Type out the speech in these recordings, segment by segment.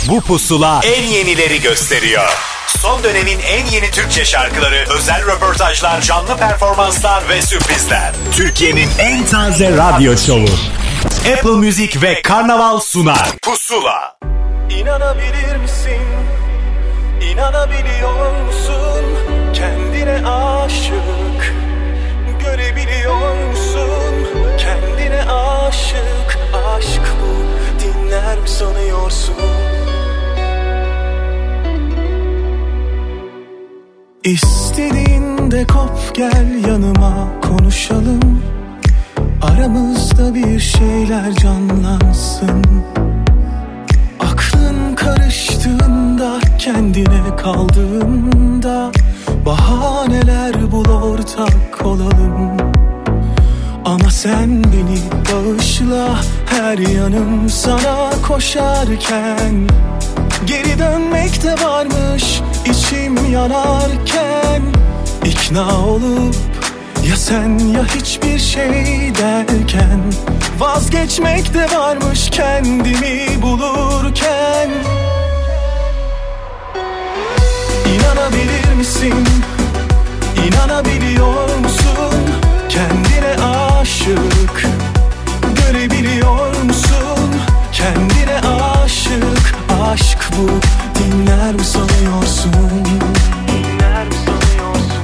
Bu pusula en yenileri gösteriyor. Son dönemin en yeni Türkçe şarkıları, özel röportajlar, canlı performanslar ve sürprizler. Türkiye'nin en taze radyo şovu. Apple Music ve Karnaval sunar. Pusula. İnanabilir misin? İnanabiliyor musun? Kendine aşık. Görebiliyor musun? Kendine aşık. Aşk bu. Dinler mi sanıyorsun? İstediğinde kop gel yanıma konuşalım. Aramızda bir şeyler canlansın. Aklın karıştığında, kendine kaldığında bahaneler bul, ortak olalım. Ama sen beni bağışla, her yanım sana koşarken. Geri dönmek de varmış içim yanarken. İkna olup ya sen ya hiçbir şey derken. Vazgeçmek de varmış kendimi bulurken. İnanabilir misin? İnanabiliyor musun? Kendine aşık. Görebiliyor musun? Kendine aşık. Aşk bu. Dinler mi sanıyorsun? Dinler mi sanıyorsun?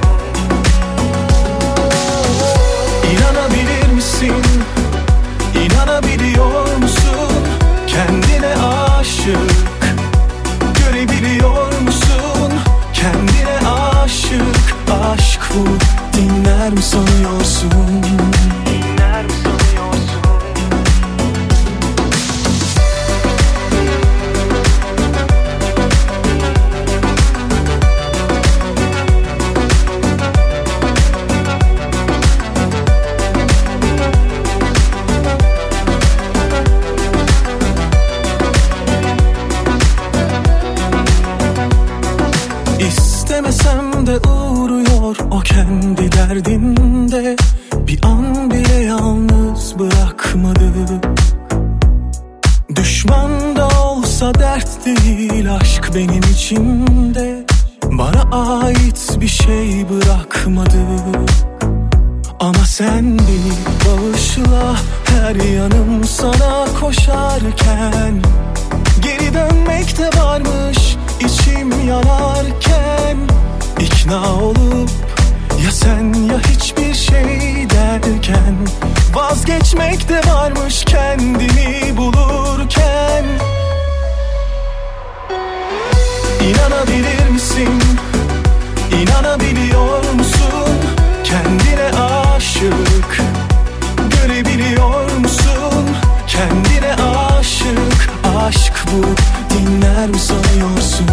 İnanabilir misin? İnanabiliyor musun? Kendine aşık. Görebiliyor musun? Kendine aşık. Aşk bu. Dinler mi sanıyorsun? Dinler mi sanıyorsun? İstemesem de uğruyor o kendi derdinde. Bir an bile yalnız bırakmadı. Düşman da olsa dert değil aşk benim içimde. Bana ait bir şey bırakmadı. Ama sen beni bağışla, her yanım sana koşarken. Geri dönmek de varmış içim yanarken. İkna olup ya sen ya hiçbir şey derken. Vazgeçmek de varmış kendimi bulurken. İnanabilir misin? İnanabiliyor musun? Kendine aşık. Görebiliyor musun? Kendine aşık. Aşk bu. Dinler mi sanıyorsun?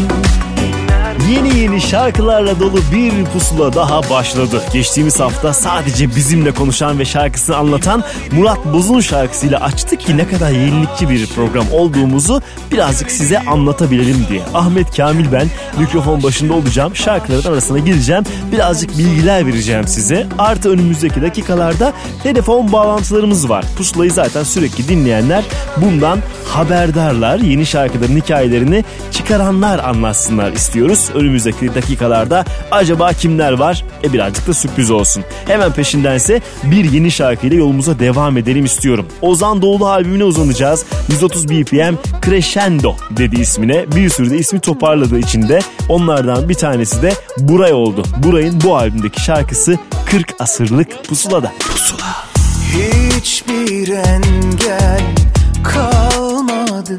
Yeni şarkılarla dolu bir pusula daha başladı. Geçtiğimiz hafta sadece bizimle konuşan ve şarkısını anlatan Murat Boz'un şarkısıyla açtık ki ne kadar yenilikçi bir program olduğumuzu birazcık size anlatabilelim diye. Ahmet Kamil ben, mikrofon başında olacağım. Şarkıların arasına gireceğim. Birazcık bilgiler vereceğim size. Artı önümüzdeki dakikalarda telefon bağlantılarımız var. Pusulayı zaten sürekli dinleyenler bundan haberdarlar. Yeni şarkıların hikayelerini çıkaranlar anlatsınlar istiyoruz. Önümüzdeki dakikalarda acaba kimler var? Birazcık da sürpriz olsun. Hemen peşindense bir yeni şarkıyla yolumuza devam edelim istiyorum. Ozan Doğulu albümüne uzanacağız. 130 BPM Crescendo dedi ismine. Bir sürü de ismi toparladığı içinde. Onlardan bir tanesi de Buray oldu. Buray'ın bu albümdeki şarkısı 40 asırlık pusulada. Pusula. Hiçbir engel kalmadı.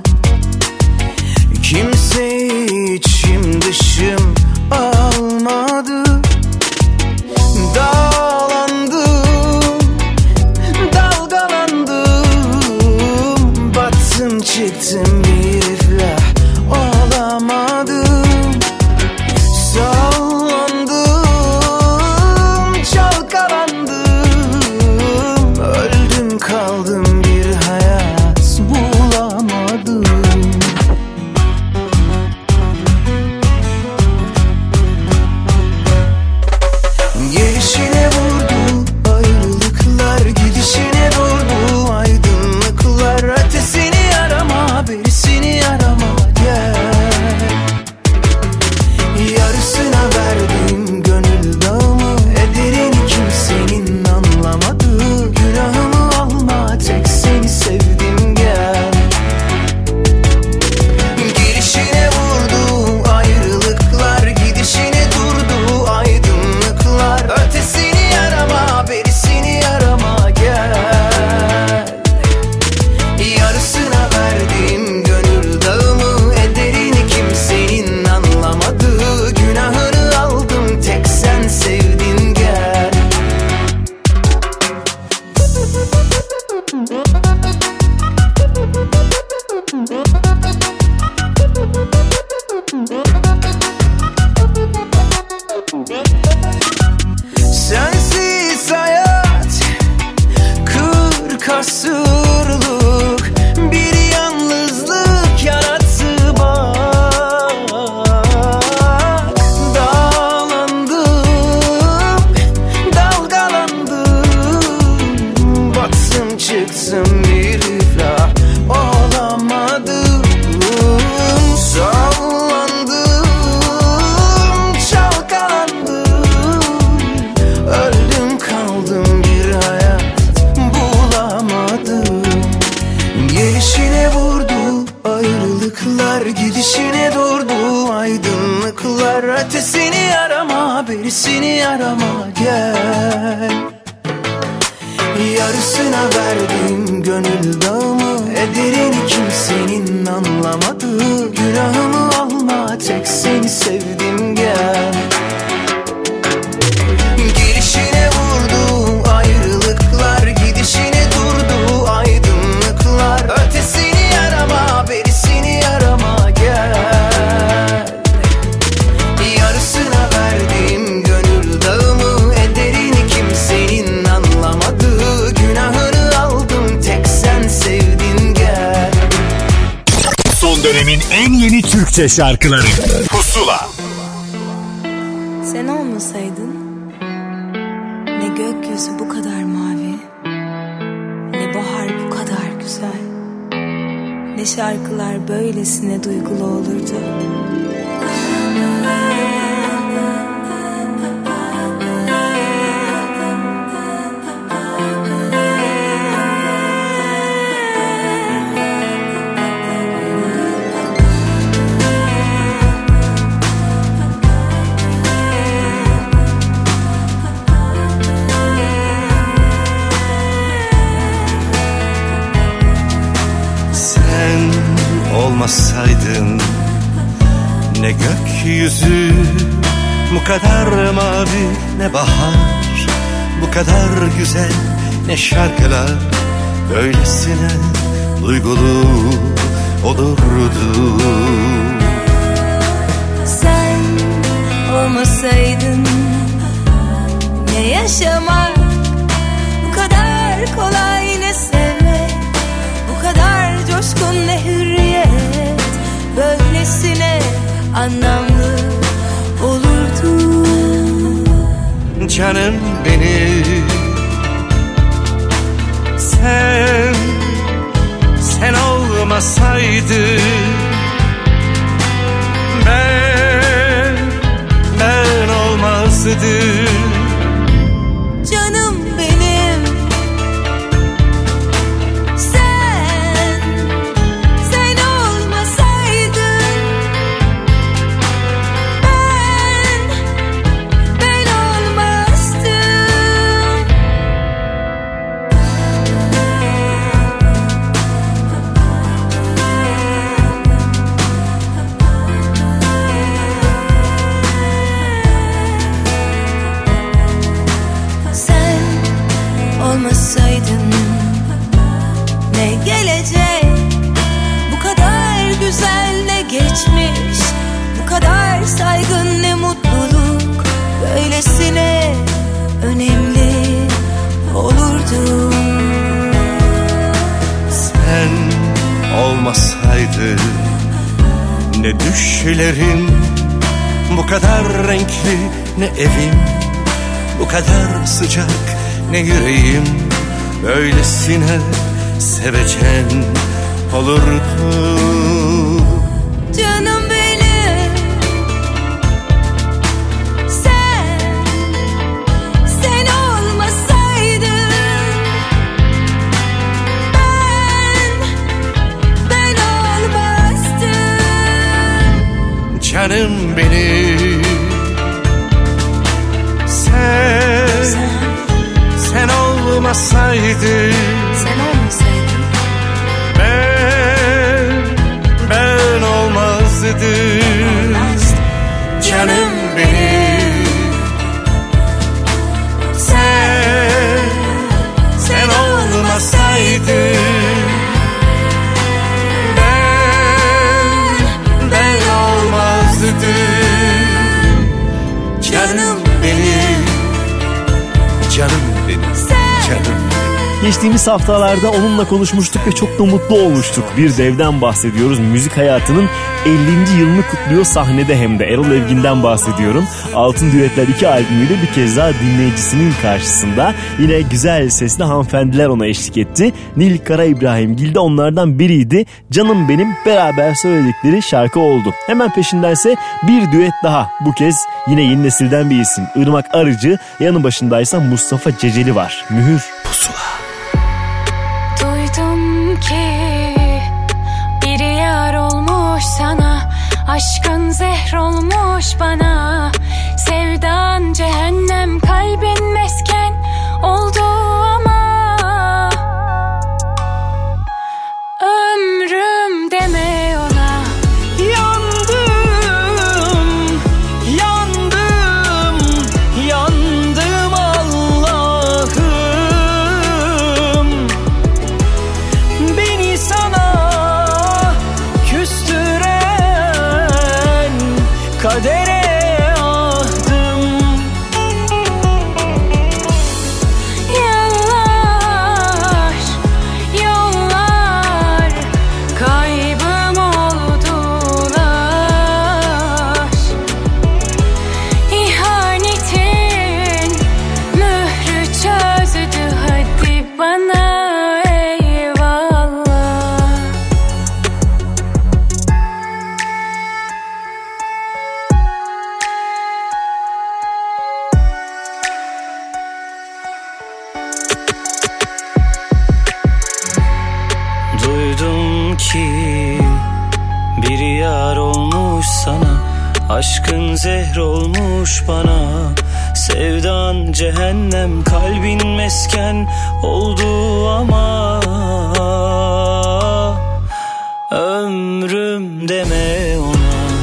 Kimseyi içim dışım almadı. Dağlandım, dalgalandım. Battım çıktım bir iflah olamadım. Sallandım, çalkalandım. Öldüm kaldım, bir hayat bulamadım. Ayrılıklar gidişine durdu, aydınlıklar ötesini arama, berisini arama gel. Yarısına verdim gönül dağımı, ederini kimsenin anlamadığı. Günahımı alma, tek seni sevdim gel. Gelişine vurdu ayrılıklar, gidişine durdu aydınlıklar. Ötesini arama, berisini arama gel. Yarısına verdim gönül dağımı, ederini kimsenin anlamadığı. Günahını aldım, tek sen sevdin gel. Son dönemin en yeni Türkçe şarkıları Pusula. Sen olmasaydın ne gökyüzü bu kadar mavi, ne bahar bu kadar güzel, ne şarkılar böylesine duygulu olurdu. Olmasaydın ne gökyüzü bu kadar mavi, ne bahar bu kadar güzel, ne şarkılar böylesine duygulu olurdu. Sen olmasaydın ne yaşamak bu kadar kolay, ne sevmek bu kadar coşkun, ne hürriyet böylesine anlamlı olurdu. Canım benim, sen olmasaydın ben olmazdım. Canım benim, sen olmasaydın ben olmazdım. Sen olmasaydın ne gelecek bu kadar güzel, ne geçmiş bu kadar saygın, ne mutluluk böylesine önemli olurdu. Sen olmasaydın ne düşlerim bu kadar renkli, ne evim bu kadar sıcak, ne yüreğim böylesine sevecen olurdu. Canım benim, sen olmasaydın ben olmazdım. Canım benim, sen olmasaydın ben olmazdım. Canım benim, sen olmasaydın ben olmazdım. Canım benim, canım benim, canım benim. Geçtiğimiz haftalarda onunla konuşmuştuk ve çok da mutlu olmuştuk. Bir devden bahsediyoruz. Müzik hayatının 50. yılını kutluyor sahnede, hem de Erol Evgin'den bahsediyorum. Altın Düetler 2 albümüyle bir kez daha dinleyicisinin karşısında. Yine güzel sesli hanımefendiler ona eşlik etti. Nil Kara İbrahimgil de onlardan biriydi. Canım Benim beraber söyledikleri şarkı oldu. Hemen peşindense bir düet daha. Bu kez yine yeni nesilden bir isim. Irmak Arıcı, yanı başındaysa Mustafa Ceceli var. Mühür. Pusula. Duydum ki biri yar olmuş bana. Sevdan cehennem, kalbin mesken oldu ama ömrüm deme ona. Yandım, yandım, yandım Allah'ım. Beni sana küstüren kadere ahdım. Yıllar, yollar kaybım oldular. İhanetin mührü çözdü, hadi bana eyvallah. Duydum ki bir yar olmuş sana, aşkın zehr olmuş bana. Sevdan cehennem, kalbin mesken oldu ama ömrüm deme ona.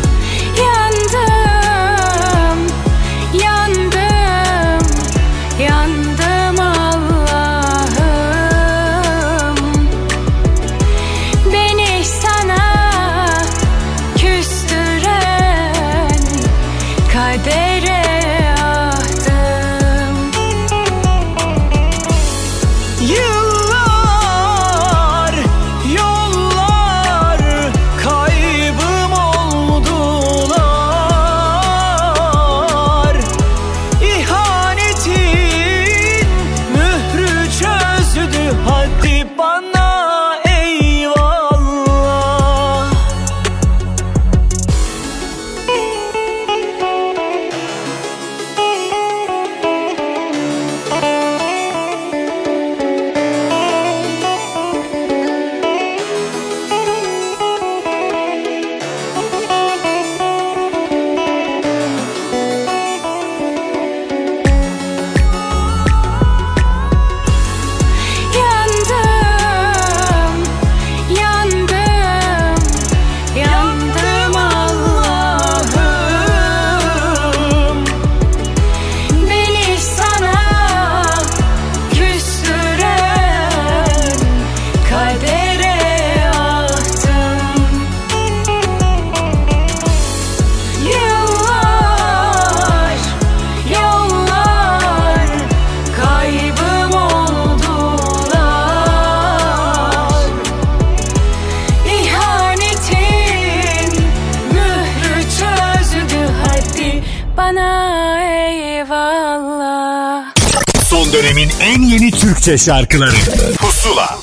Yandım, yandım, yandım Allah'ım. Beni sana küstüren kadere ahdım. Yıllar, yollar kaybım oldular. İhanetin mührü çözdü, hadi bana eyvallah. Yandım, yandım, yandım Allah'ım. Beni sana küstüren kadere ahdım. Yıllar, yollar kaybım oldular. İhanetin mührü çözdü, hadi bana eyvallah. Son dönemin en yeni Türkçe şarkıları Pusula.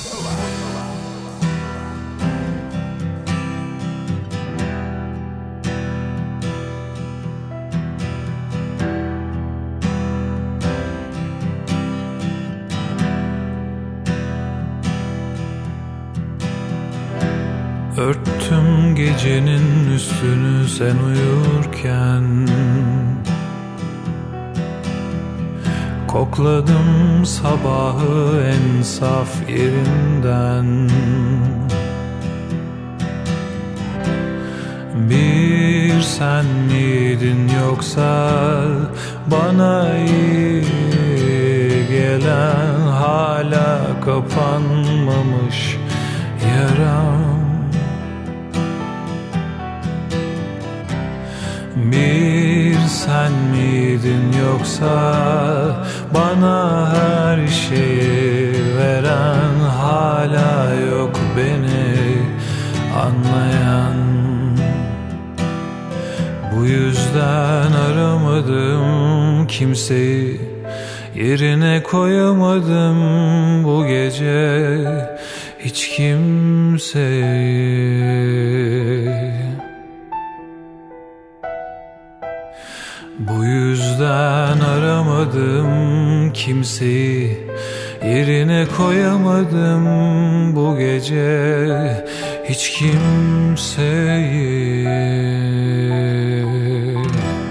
Örttüm gecenin üstünü sen uyurken, kokladım sabahı en saf yerinden. Bir sen miydin yoksa bana iyi gelen, hala kapanmamış yaram? Bir sen miydin yoksa bana her şeyi veren, hala yok beni anlayan? Bu yüzden aramadım kimseyi, yerine koyamadım bu gece hiç kimseyi. Bu yüzden aramadım kimseyi, yerine koyamadım bu gece hiç kimseyi.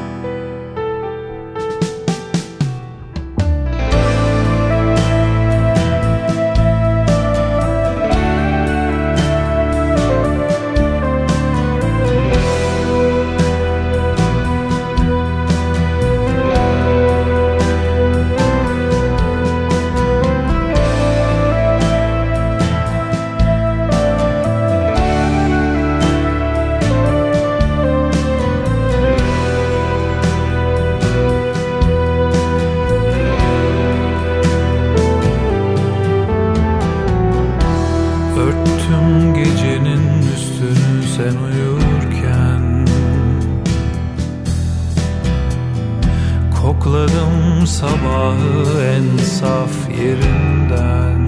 sakladım sabahı en saf yerinden.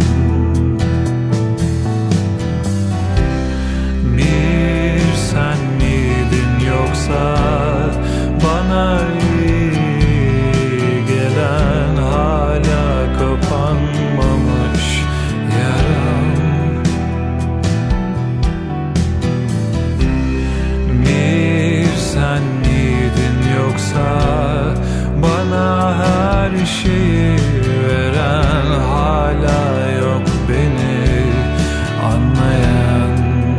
Bir sen miydin yoksa bana iyi gelen, hala kapanmamış yaram? Bir sen miydin yoksa bana her şeyi veren, hala yok beni anlayan?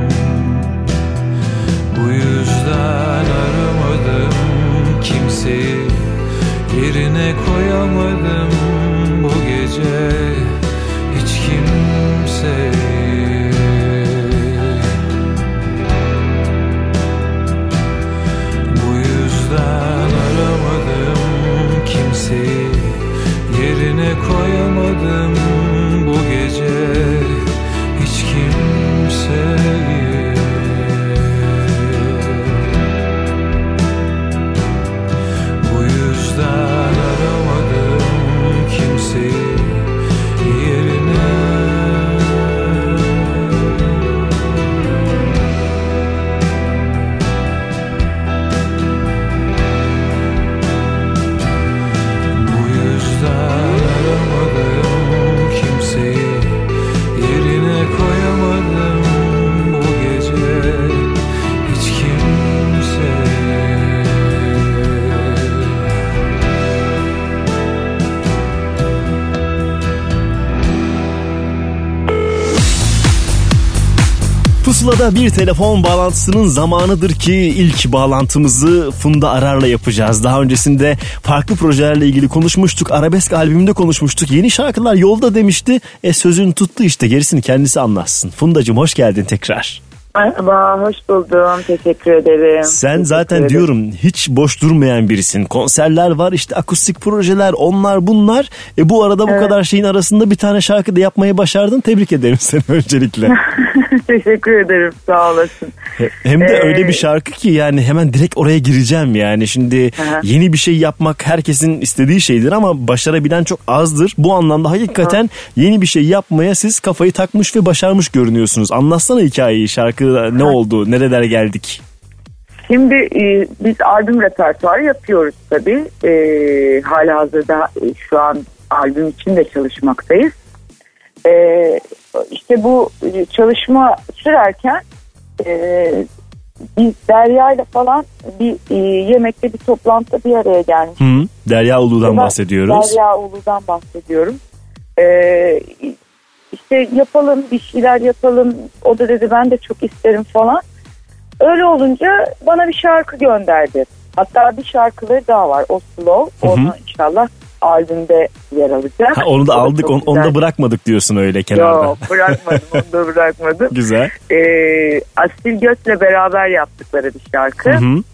Bu yüzden aramadım kimseyi, yerine koyamadım bu gece hiç kimseyi. Bu yüzden aramadım kimseyi, yerine koyamadım bu gece hiç kimseyi. Bu yüzden aramadım kimseyi, yerine. Bu yüzden aramadım kimseyi, yerine koyamadım bu gece hiç kimseyi. Pusula'da bir telefon bağlantısının zamanıdır ki ilk bağlantımızı Funda Arar'la yapacağız. Daha öncesinde farklı projelerle ilgili konuşmuştuk. Arabesk albümünde konuşmuştuk. Yeni şarkılar yolda demişti. Sözünü tuttu işte, gerisini kendisi anlatsın. Fundacığım hoş geldin tekrar. Merhaba, hoş buldum. Teşekkür ederim. Sen zaten diyorum hiç boş durmayan birisin. Konserler var, işte akustik projeler, onlar bunlar. Bu arada bu kadar şeyin arasında bir tane şarkı da yapmayı başardın. Tebrik ederim seni öncelikle. Teşekkür ederim, sağ olasın. Hem de öyle bir şarkı ki yani hemen direkt oraya gireceğim yani. Şimdi yeni bir şey yapmak herkesin istediği şeydir ama başarabilen çok azdır. Bu anlamda hakikaten yeni bir şey yapmaya siz kafayı takmış ve başarmış görünüyorsunuz. Anlatsana hikayeyi, şarkı ne oldu, nerelere geldik? Şimdi biz albüm repertuarı yapıyoruz tabii. Halihazırda şu an albüm için de çalışmaktayız. İşte bu çalışma sürerken biz Derya'yla falan bir yemekte, bir toplantıda bir araya gelmiştik. Derya Ulu'dan bahsediyoruz. Derya Ulu'dan bahsediyorum. İşte yapalım, bir şeyler yapalım. O da dedi ben de çok isterim falan. Öyle olunca bana bir şarkı gönderdi. Hatta bir şarkıları daha var, o Slow. Onu inşallah albümde yer alacak. Onu da aldık, onu da bırakmadık diyorsun öyle kenarda. Yok, bırakmadım, onu da bırakmadım. Güzel. Asil Göç'le beraber yaptıkları bir şarkı.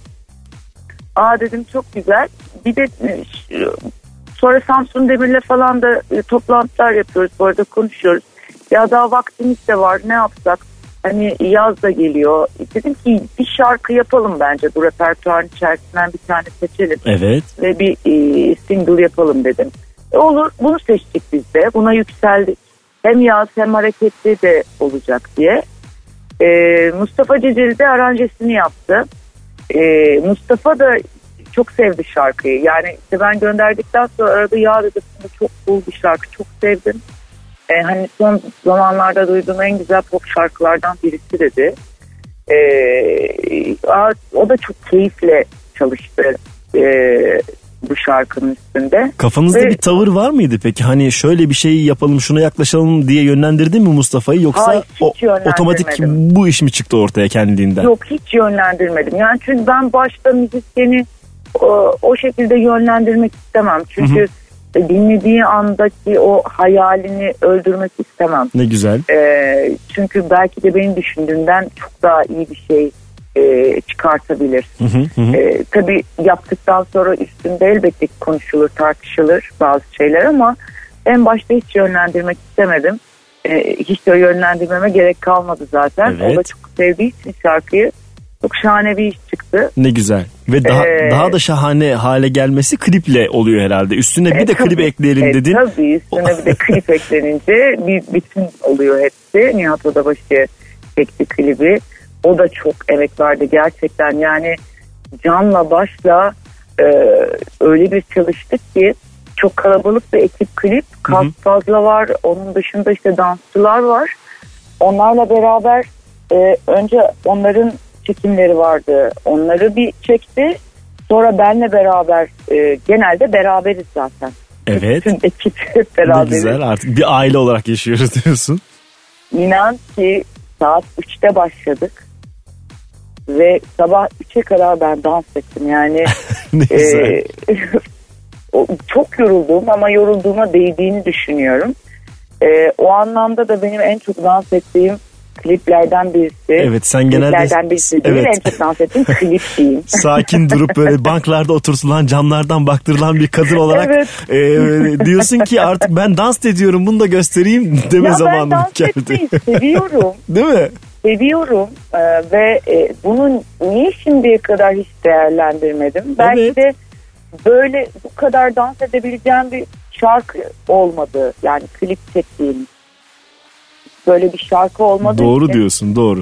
Dedim çok güzel. Bir de sonra Samsun Demir'le falan da toplantılar yapıyoruz. Bu arada konuşuyoruz. Ya daha vaktimiz de var, ne yapsak? Hani yaz da geliyor. Dedim ki bir şarkı yapalım bence. Bu repertuarın içerisinden bir tane seçelim. Evet. Ve bir single yapalım dedim. Olur, bunu seçtik biz de. Buna yükseldik. Hem yaz hem hareketli de olacak diye. Mustafa Ceceli de aranjesini yaptı. Mustafa da çok sevdi şarkıyı. Yani işte ben gönderdikten sonra aradı, ya dedi çok cool bir şarkı, çok sevdim. Hani son zamanlarda duyduğum en güzel pop şarkılardan birisi dedi. O da çok keyifle çalıştı bu şarkının üstünde. Kafanızda bir tavır var mıydı peki? Hani şöyle bir şey yapalım, şuna yaklaşalım diye yönlendirdin mi Mustafa'yı? Yoksa otomatik bu iş mi çıktı ortaya kendiliğinden? Yok, hiç yönlendirmedim. Yani çünkü ben başta müzisyeni o şekilde yönlendirmek istemem. Çünkü dinlediği andaki o hayalini öldürmek istemem. Ne güzel. Çünkü belki de benim düşündüğümden çok daha iyi bir şey çıkartabilir. Tabii yaptıktan sonra üstünde elbette konuşulur, tartışılır bazı şeyler ama en başta hiç yönlendirmek istemedim. Hiç de yönlendirmeme gerek kalmadı zaten. Evet. O da çok sevdiği için şarkıyı Çok şahane bir iş çıktı. Ne güzel. Ve daha da şahane hale gelmesi kliple oluyor herhalde. Üstüne bir de klip ekleyelim dedin. Tabii üstüne bir de klip eklenince bir bütün oluyor hepsi. Nihat Odabaşı çekti klibi. O da çok emek verdi gerçekten. Yani canla başla öyle bir çalıştık ki çok kalabalık bir ekip klip. Kas fazla var. Onun dışında işte dansçılar var. Onlarla beraber önce onların çekimleri vardı. Onları bir çekti. Sonra benle beraber genelde beraberiz zaten. Evet. Bütün ekip hep beraberiz. Ne güzel, artık bir aile olarak yaşıyoruz diyorsun. İnan ki saat 3'te başladık. Ve sabah 3'e kadar ben dans ettim. Yani Ne güzel. çok yoruldum ama yorulduğuma değdiğini düşünüyorum. O anlamda da benim en çok dans ettiğim kliplerden birisi. Evet, sen genelde kliplerden birisi değil, en çok dans ettiğim klip diyeyim. Sakin durup böyle banklarda oturtulan, camlardan baktırılan bir kadın olarak diyorsun ki artık ben dans ediyorum, bunu da göstereyim deme zamanı geldi. Ben dans etmeyi seviyorum. Değil mi? Seviyorum ve bunu niye şimdiye kadar hiç değerlendirmedim? Belki de böyle bu kadar dans edebileceğim bir şarkı olmadı. Yani klip çektiğim böyle bir şarkı olmadı. Doğru için. Diyorsun, doğru.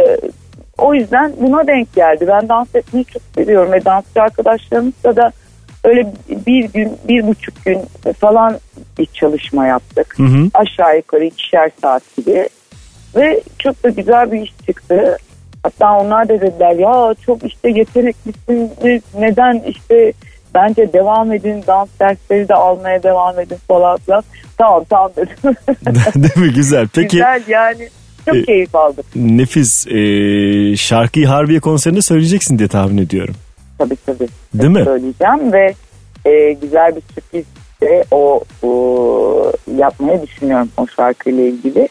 O yüzden buna denk geldi. Ben dans etmeyi çok seviyorum ve dansçı arkadaşlarımızla da öyle bir gün, 1,5 gün falan bir çalışma yaptık. Aşağı yukarı 2'şer saat gibi. Ve çok da güzel bir iş çıktı. Hatta onlar da dediler ya çok işte yeteneklisin, neden işte bence devam edin, dans dersleri de almaya devam edin falan filan. Tamam dedim. Değil mi? Güzel. Peki. Güzel yani. Çok keyif aldık. Nefis. Şarkıyı Harbiye konserinde söyleyeceksin diye tahmin ediyorum. Tabii. Değil mi? Söyleyeceğim ve güzel bir sürpriz de o yapmayı düşünüyorum o şarkıyla ilgili.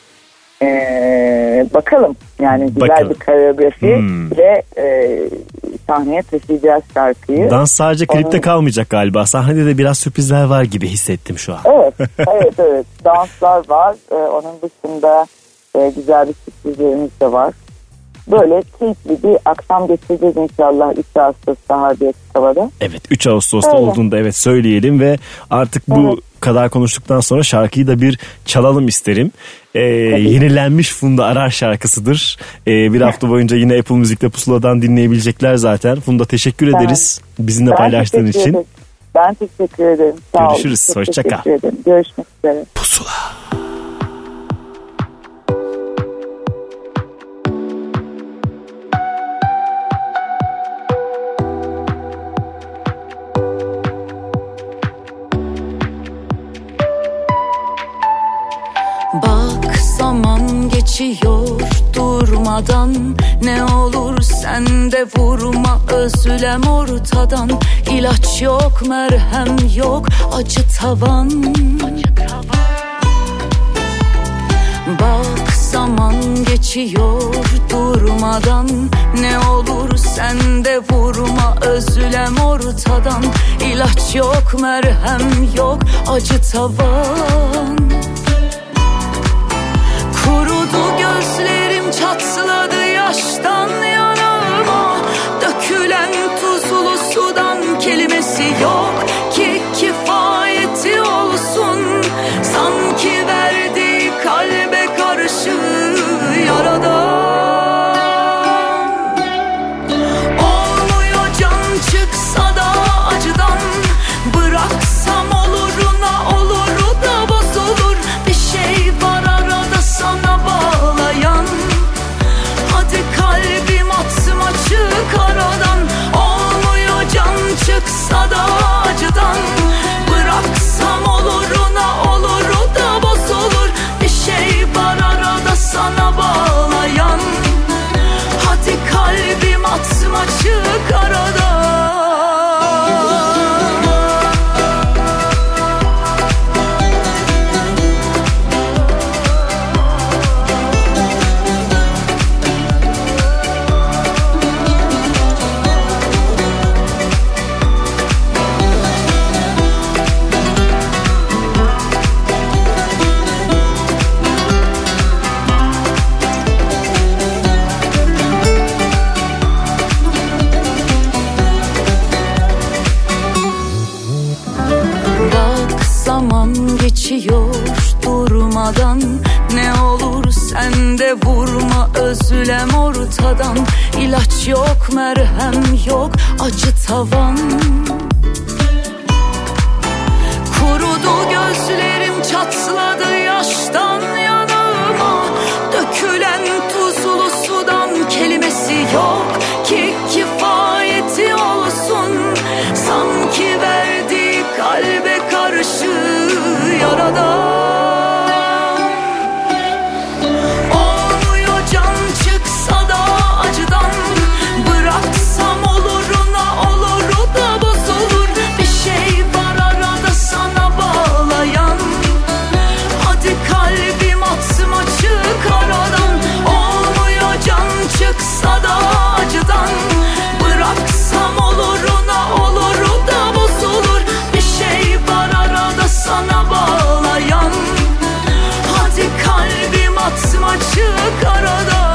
Bakalım yani güzel bir koreografi ve sahneye taşıyacağız şarkıyı. Dans sadece klipte kalmayacak galiba. Sahnede de biraz sürprizler var gibi hissettim şu an. Evet. Danslar var. Onun dışında güzel bir sürprizlerimiz de var. Böyle keyifli bir akşam geçireceğiz inşallah 3 Ağustos'ta Harbiye Havada. Evet, 3 Ağustos'ta olduğunda söyleyelim ve artık bu kadar konuştuktan sonra şarkıyı da bir çalalım isterim. Yenilenmiş Funda Arar şarkısıdır. Bir hafta boyunca yine Apple Müzik'te Pusula'dan dinleyebilecekler zaten. Funda teşekkür ederiz bizimle paylaştığın için. Ben teşekkür ederim. Sağ Görüşürüz. Hoşça kal. Görüşmek üzere. Pusula. Bak zaman geçiyor durmadan, ne olur sen de vurma özlem ortadan. İlaç yok, merhem yok, acı tavan. Bak zaman geçiyor durmadan, ne olur sen de vurma özlem ortadan. İlaç yok, merhem yok, acı tavan. Kurudu gözlerim, çatladı yaştan yanağıma. Dökülen tuzlu sudan kelimesi yok ki kifayeti olsun. Sanki verdiği kalbe karşı yaradan. Olmuyor can çıksa da acıdan. Bıraksam oluruna oluru da bozulur. Bir şey var arada sana bağlayan. geçiyor durmadan. Ne olur sen de vurma özlem ortadan. İlaç yok, merhem yok, acı tavan. Kurudu gözlerim, çatladı yaştan yanağıma. Dökülen tuzlu sudan kelimesi yok ki kifayeti olsun. Sanki verdiği kalbe karşı yaradan. Olmuyor can çıksa da acıdan. Bıraksam oluruna oluru da bozulur. Bir şey var arada sana bağlayan. Hadi kalbim atsım açık aradan. Olmuyor can çıksa da acıdan. Bıraksam oluruna oluru da bozulur. Bir şey var arada sana bağlayan. Hadi kalbim atsım açık aradan.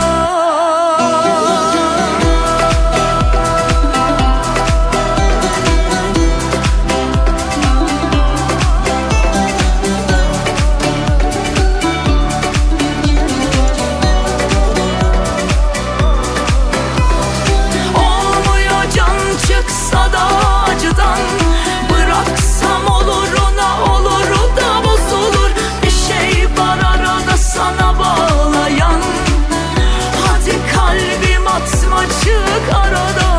Olmuyor can çıksa da acıdan. Bıraksam oluruna oluru da bozulur. Bir şey var arada sana bağlayan. Hadi kalbim atsım açık aradan.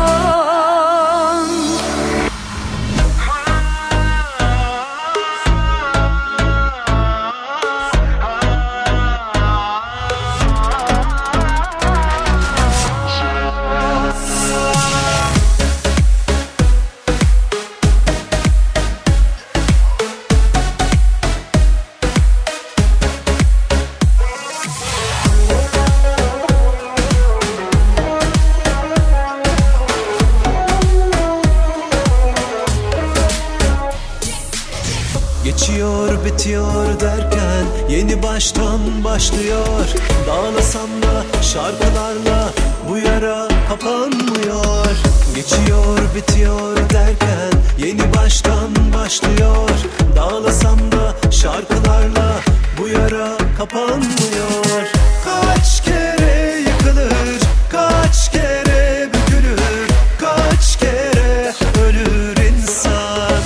Geçiyor bitiyor derken yeni baştan başlıyor. Dağlasam da şarkılarla bu yara kapanmıyor. Geçiyor bitiyor derken yeni baştan başlıyor. Dağlasam da şarkılarla bu yara kapanmıyor. Kaç kere yıkılır, kaç kere bükülür, kaç kere ölür insan.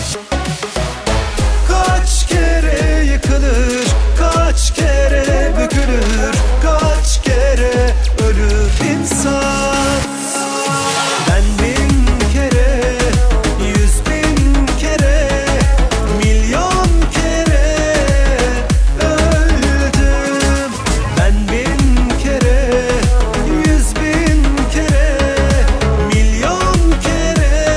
Kaç kere yıkılır, kaç kere bükülür, kaç kere ölür insan. Ben bin kere, 100.000 kere, milyon kere öldüm. Ben bin kere, 100.000 kere, milyon kere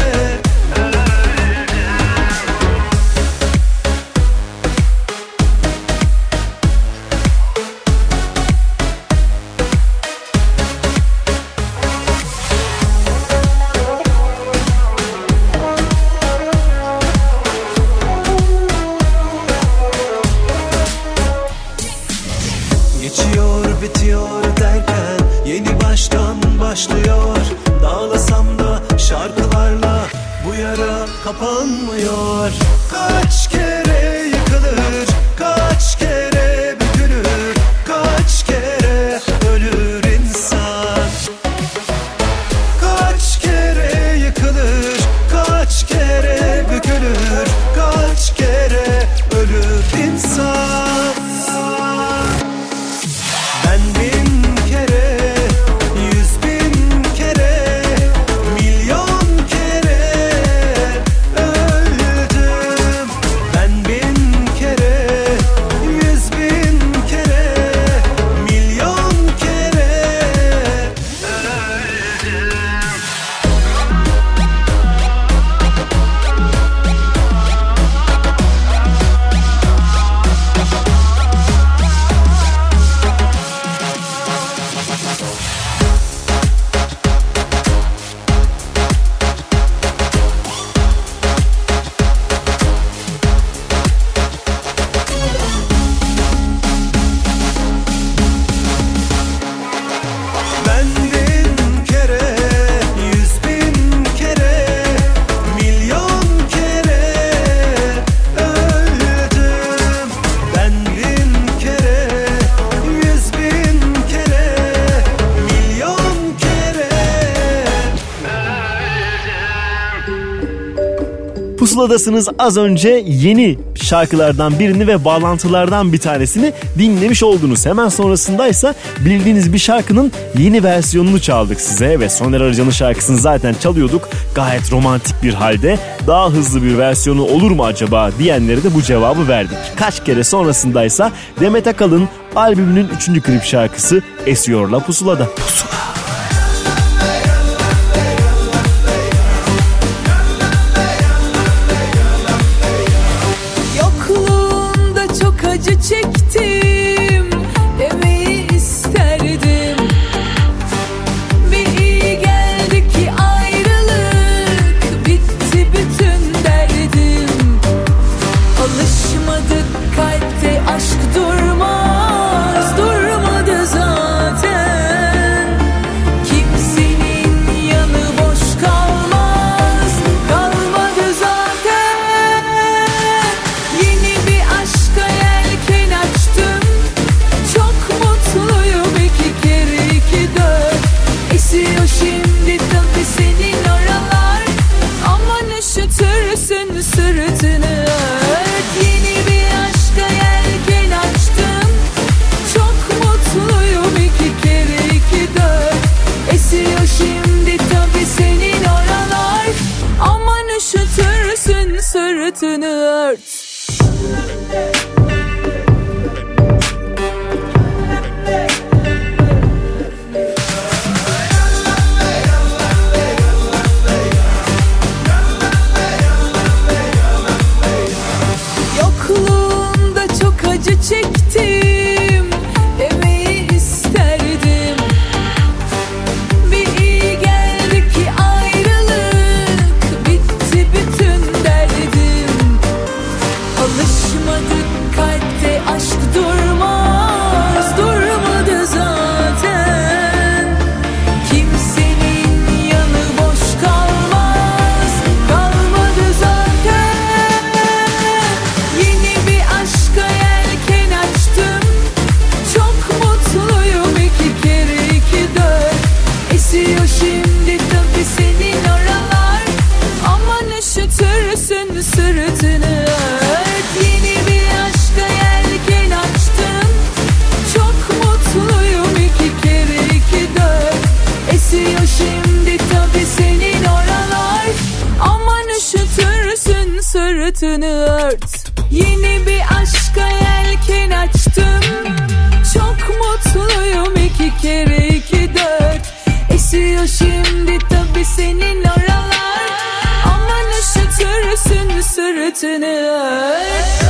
geçiyor bitiyor derken yeni baştan başlıyor. Dağlasam da şarkılarla bu yara kapanmıyor. Kaç kere yıkılır, kaç kere bükülür, kaç kere ölür insan. Kaç kere yıkılır, kaç kere bükülür, kaç kere ölür insan. Ben bin kere, 100.000 kere, milyon kere öldüm. Ben Pusuladasınız. Az önce yeni şarkılardan birini ve bağlantılardan bir tanesini dinlemiş oldunuz. Hemen sonrasındaysa bildiğiniz bir şarkının yeni versiyonunu çaldık size ve Soner Arıcan'ın şarkısını zaten çalıyorduk. Gayet romantik bir halde. Daha hızlı bir versiyonu olur mu acaba diyenlere de bu cevabı verdik. Kaç kere sonrasındaysa Demet Akalın albümünün 3. klip şarkısı Esiyor'la Pusula'da. Pusula. Yokluğunda çok acı çektim demeyi isterdim. Bir iyi geldi ki ayrılık, bitti bütün derdim. Alışmadık, kalpte aşk durmaz, durmadı zaten. Kimsenin yanı boş kalmaz, kalmadı zaten. Yeni bir aşka yelken açtım, çok mutluyum, 2 kere 2 4. Esiyor şimdi tabii senin oralar, aman üşütürsün sırtını ört. Yeni bir aşka yelken açtım, çok mutluyum, 2 kere 2 4. Esiyor şimdi tabii senin oralar, aman üşütürsün sırtını ört. Yokluğunda çok acı çektim demeyi isterdim. Bir iyi geldi ki ayrılık, bitti bütün derdim. Alışmadık, kalpte aşk durmaz, durmadı zaten. Kimsenin yanı boş kalmaz, kalmadı zaten. Yeni bir aşka yelken açtım, çok mutluyum, 2 kere 2 4. Esiyor şimdi tabii senin oralar, aman üşütürsün sırtını ört. Yeni bir aşka yelken açtım, çok mutluyum, 2 kere 2 4. Esiyor şimdi tabii senin oralar, aman üşütürsün sırtını ört. Yeni bir aşka yelken açtım, çok mutluyum, 2 kere 2 4. Esiyor şimdi tabii senin oralar, aman üşütürsün sırtını ört.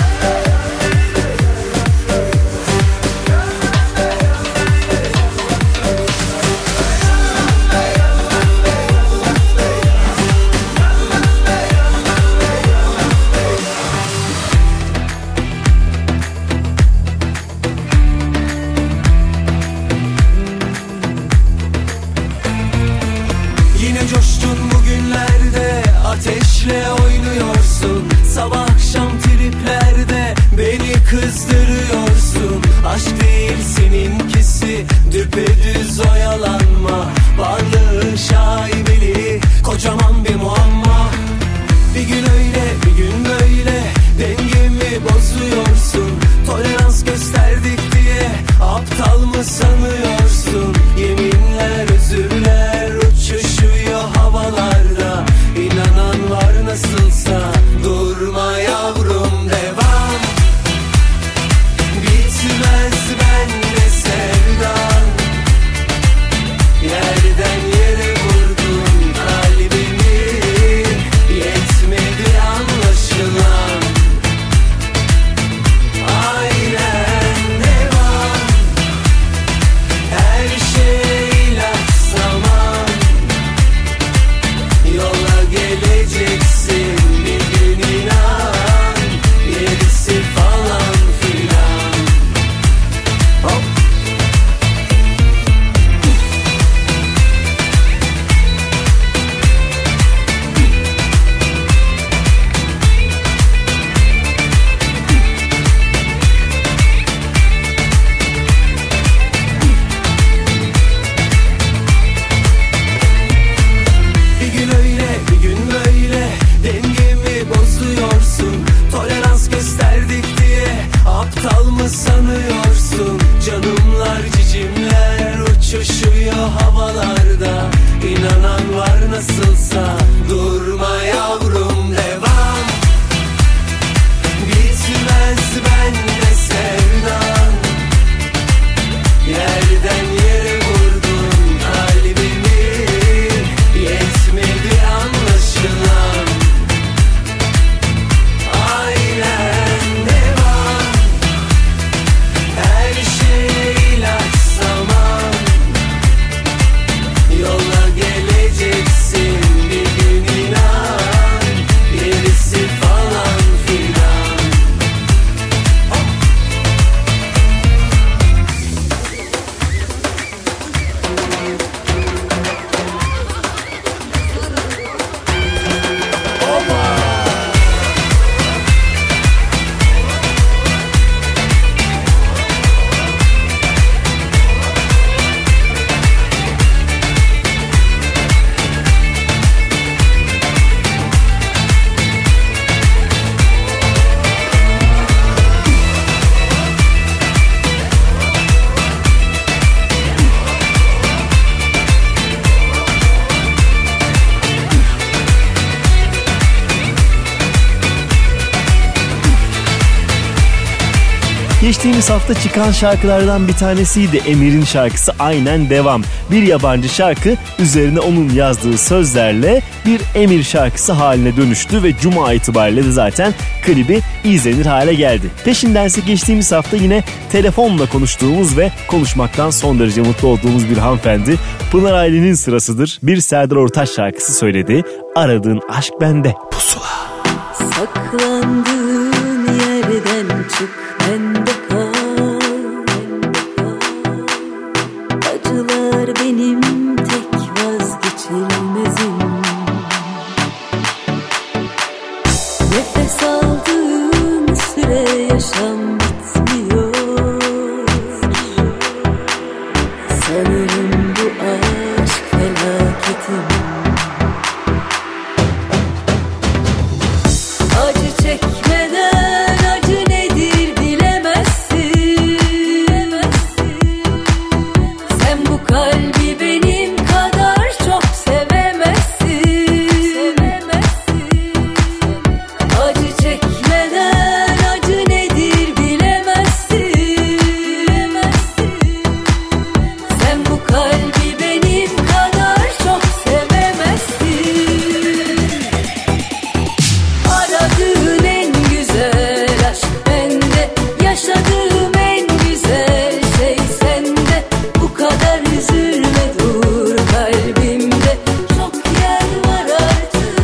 Yine coştun bugünlerde, ateşle oynuyorsun. Sabah akşam triplerde beni kızdırıyorsun. Aşk değil seninkisi, düpedüz oyalanma. Varlığın şaibeli, kocaman bir muamma. Bir gün öyle, bir gün böyle, dengemi bozuyorsun. Tolerans gösterdik diye aptal mı sanıyorsun? Yeminler, özürler uçuşuyor havalarda. İnanan var nasılsa, durma yavrum, devam. Bitmez bende sevdan, yerden yere vurdu Geçtiğimiz hafta çıkan şarkılardan bir tanesiydi Emir'in şarkısı Aynen Devam. Bir yabancı şarkı üzerine onun yazdığı sözlerle bir Emir şarkısı haline dönüştü ve Cuma itibariyle de zaten klibi izlenir hale geldi. Peşindense geçtiğimiz hafta yine telefonla konuştuğumuz ve konuşmaktan son derece mutlu olduğumuz bir hanımefendi Pınar Aylin'in sırasıdır. Bir Serdar Ortaç şarkısı söyledi. Aradığın aşk bende. Pusula. Saklandığın yerden çık, bende kal. Acılar benim tek vazgeçilmezim. Nefes aldığın süre yaşam bitmiyor. Sanırım bu aşk felaketim. Acı çekmeden acı nedir bilemezsin. Sen bu kalbi benim kadar çok sevemezsin. Acı çekmeden acı nedir bilemezsin. Sen bu kalbi benim kadar çok sevemezsin. Aradığın en güzel aşk bende, yaşadığım en güzel şey sende. Bu kadar üzülme, dur kalbimde çok yer var artık.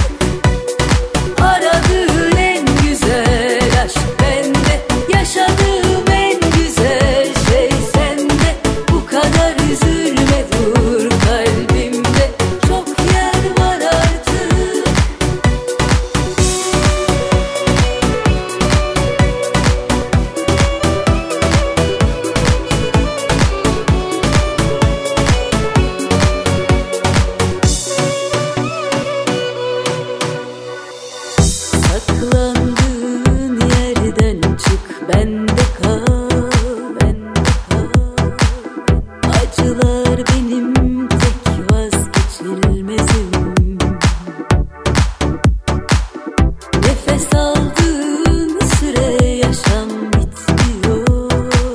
Aradığın en güzel aşk bende, yaşadığım en güzel şey sende. Bu kadar üzülme, dur kalbimde çok yer var artık. Saklandığın yerden çık, bende kal. Acılar benim tek vazgeçilmezim. Nefes aldığın süre yaşam bitmiyor.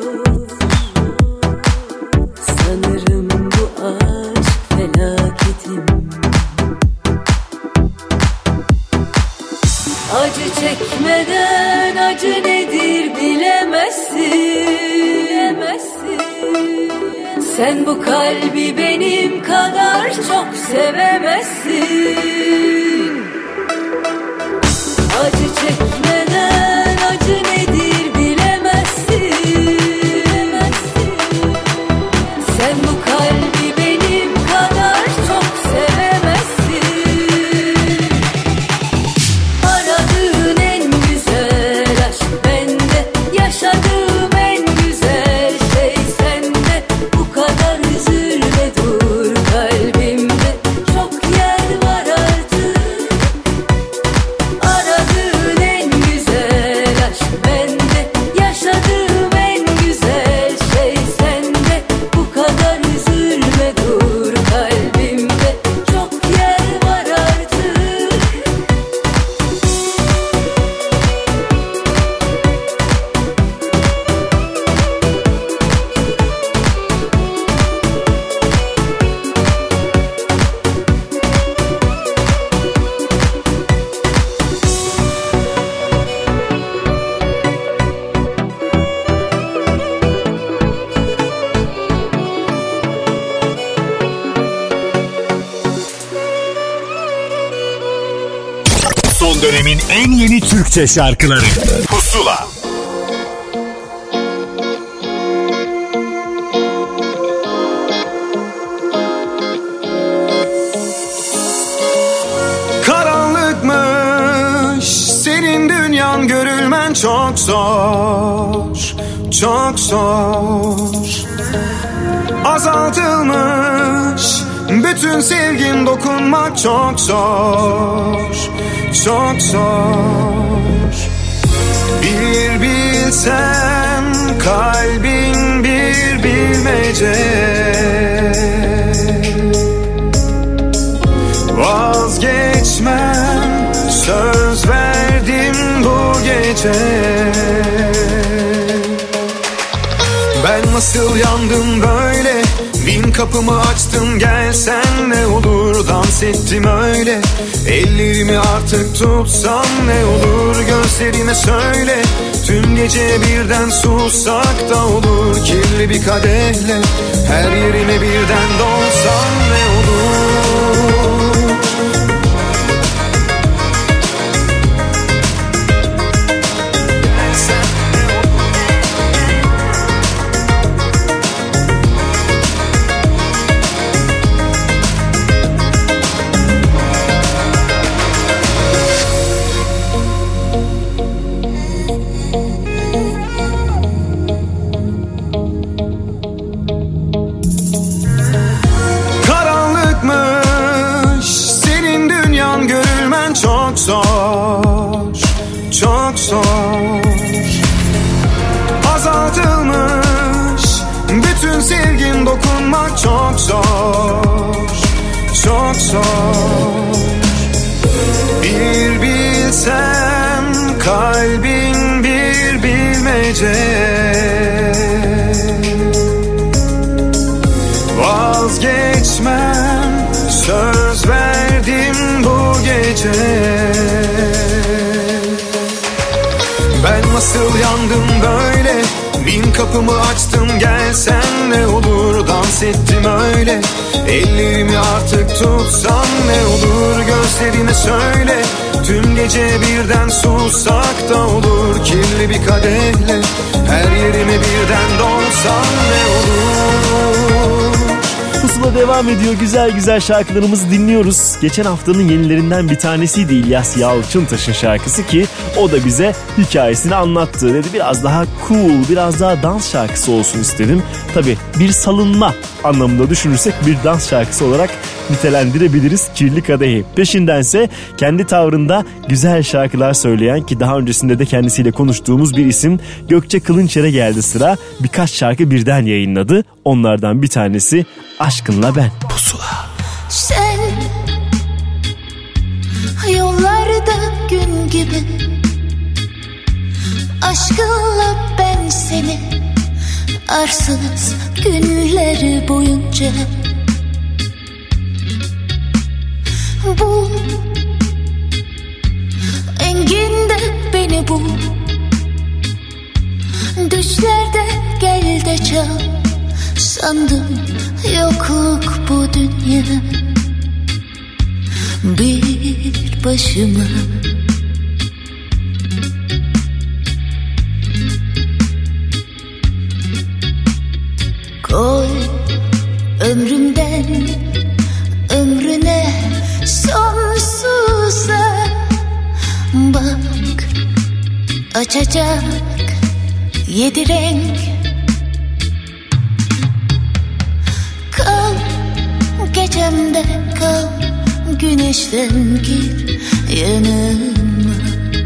Sanırım bu aşk felaketim. Acı çekmeden acı nedir bilemezsin. Sen bu kalbi benim kadar çok sevemezsin. Acı çekmeden acı nedir bilemezsin. Sen bu kalbi benim kadar çok sevemezsin. Aradığın en güzel aşk bende, yaşadığım en güzel şey sende. Bu kadar üzülme, dur kalbimde çok yer var artık. Aradığın en güzel aşk bende, yaşadığım en güzel şey sende. Bu kadar üzülme, dur kalbimde çok yer var artık. Son dönemin en yeni Türkçe şarkıları Pusula. Karanlıkmış senin dünyan, görülmen çok zor, çok zor. Azaltılmış bütün sevgin, dokunmak çok zor, çok zor. Bir bilsen kalbin bir bilmece, vazgeçmem söz verdim bu gece. Ben nasıl yandım böyle, bin kapımı açtım gelsen ne olur, dans ettim öyle. Ellerimi artık tutsan ne olur, gözlerime söyle. Tüm gece birden sussak da olur, kirli bir kadehle her yerine birden dolsan ne olur. Çok zor, çok zor. Azaltılmış bütün sevgin, dokunmak çok zor, çok zor. Bir bilsem kalbin bir bilmece, vazgeçmem, söz verdim bu gece. Ben nasıl yandım böyle, bin kapımı açtım gelsen ne olur, dans ettim öyle. Ellerimi artık tutsan ne olur, gözlerime söyle. Tüm gece birden sussak da olur, kirli bir kadehle her yerime birden dolsan ne olur. Pusula devam ediyor. Güzel güzel şarkılarımızı dinliyoruz. Geçen haftanın yenilerinden bir tanesiydi İlyas Yalçıntaş'ın şarkısı ki o da bize hikayesini anlattı. Dedi biraz daha cool, biraz daha dans şarkısı olsun istedim. Tabii bir salınma anlamında düşünürsek bir dans şarkısı olarak nitelendirebiliriz Kirli Kadehi. Peşindense kendi tavrında güzel şarkılar söyleyen ki daha öncesinde de kendisiyle konuştuğumuz bir isim Gökçe Kılınçer'e geldi sıra. Birkaç şarkı birden yayınladı. Onlardan bir tanesi Aşkınla Ben. Pusula. Sen yollarda gün gibi, aşkınla ben seni arsız günleri boyunca. Bu enginde beni bul, düşlerde gel de çal. Sandım yokluk bu dünya, bir başıma. Koy ömrümden ömrüne sonsuza, bak açacak 7 renk. Kal gecemde, kal güneşten gir yanıma.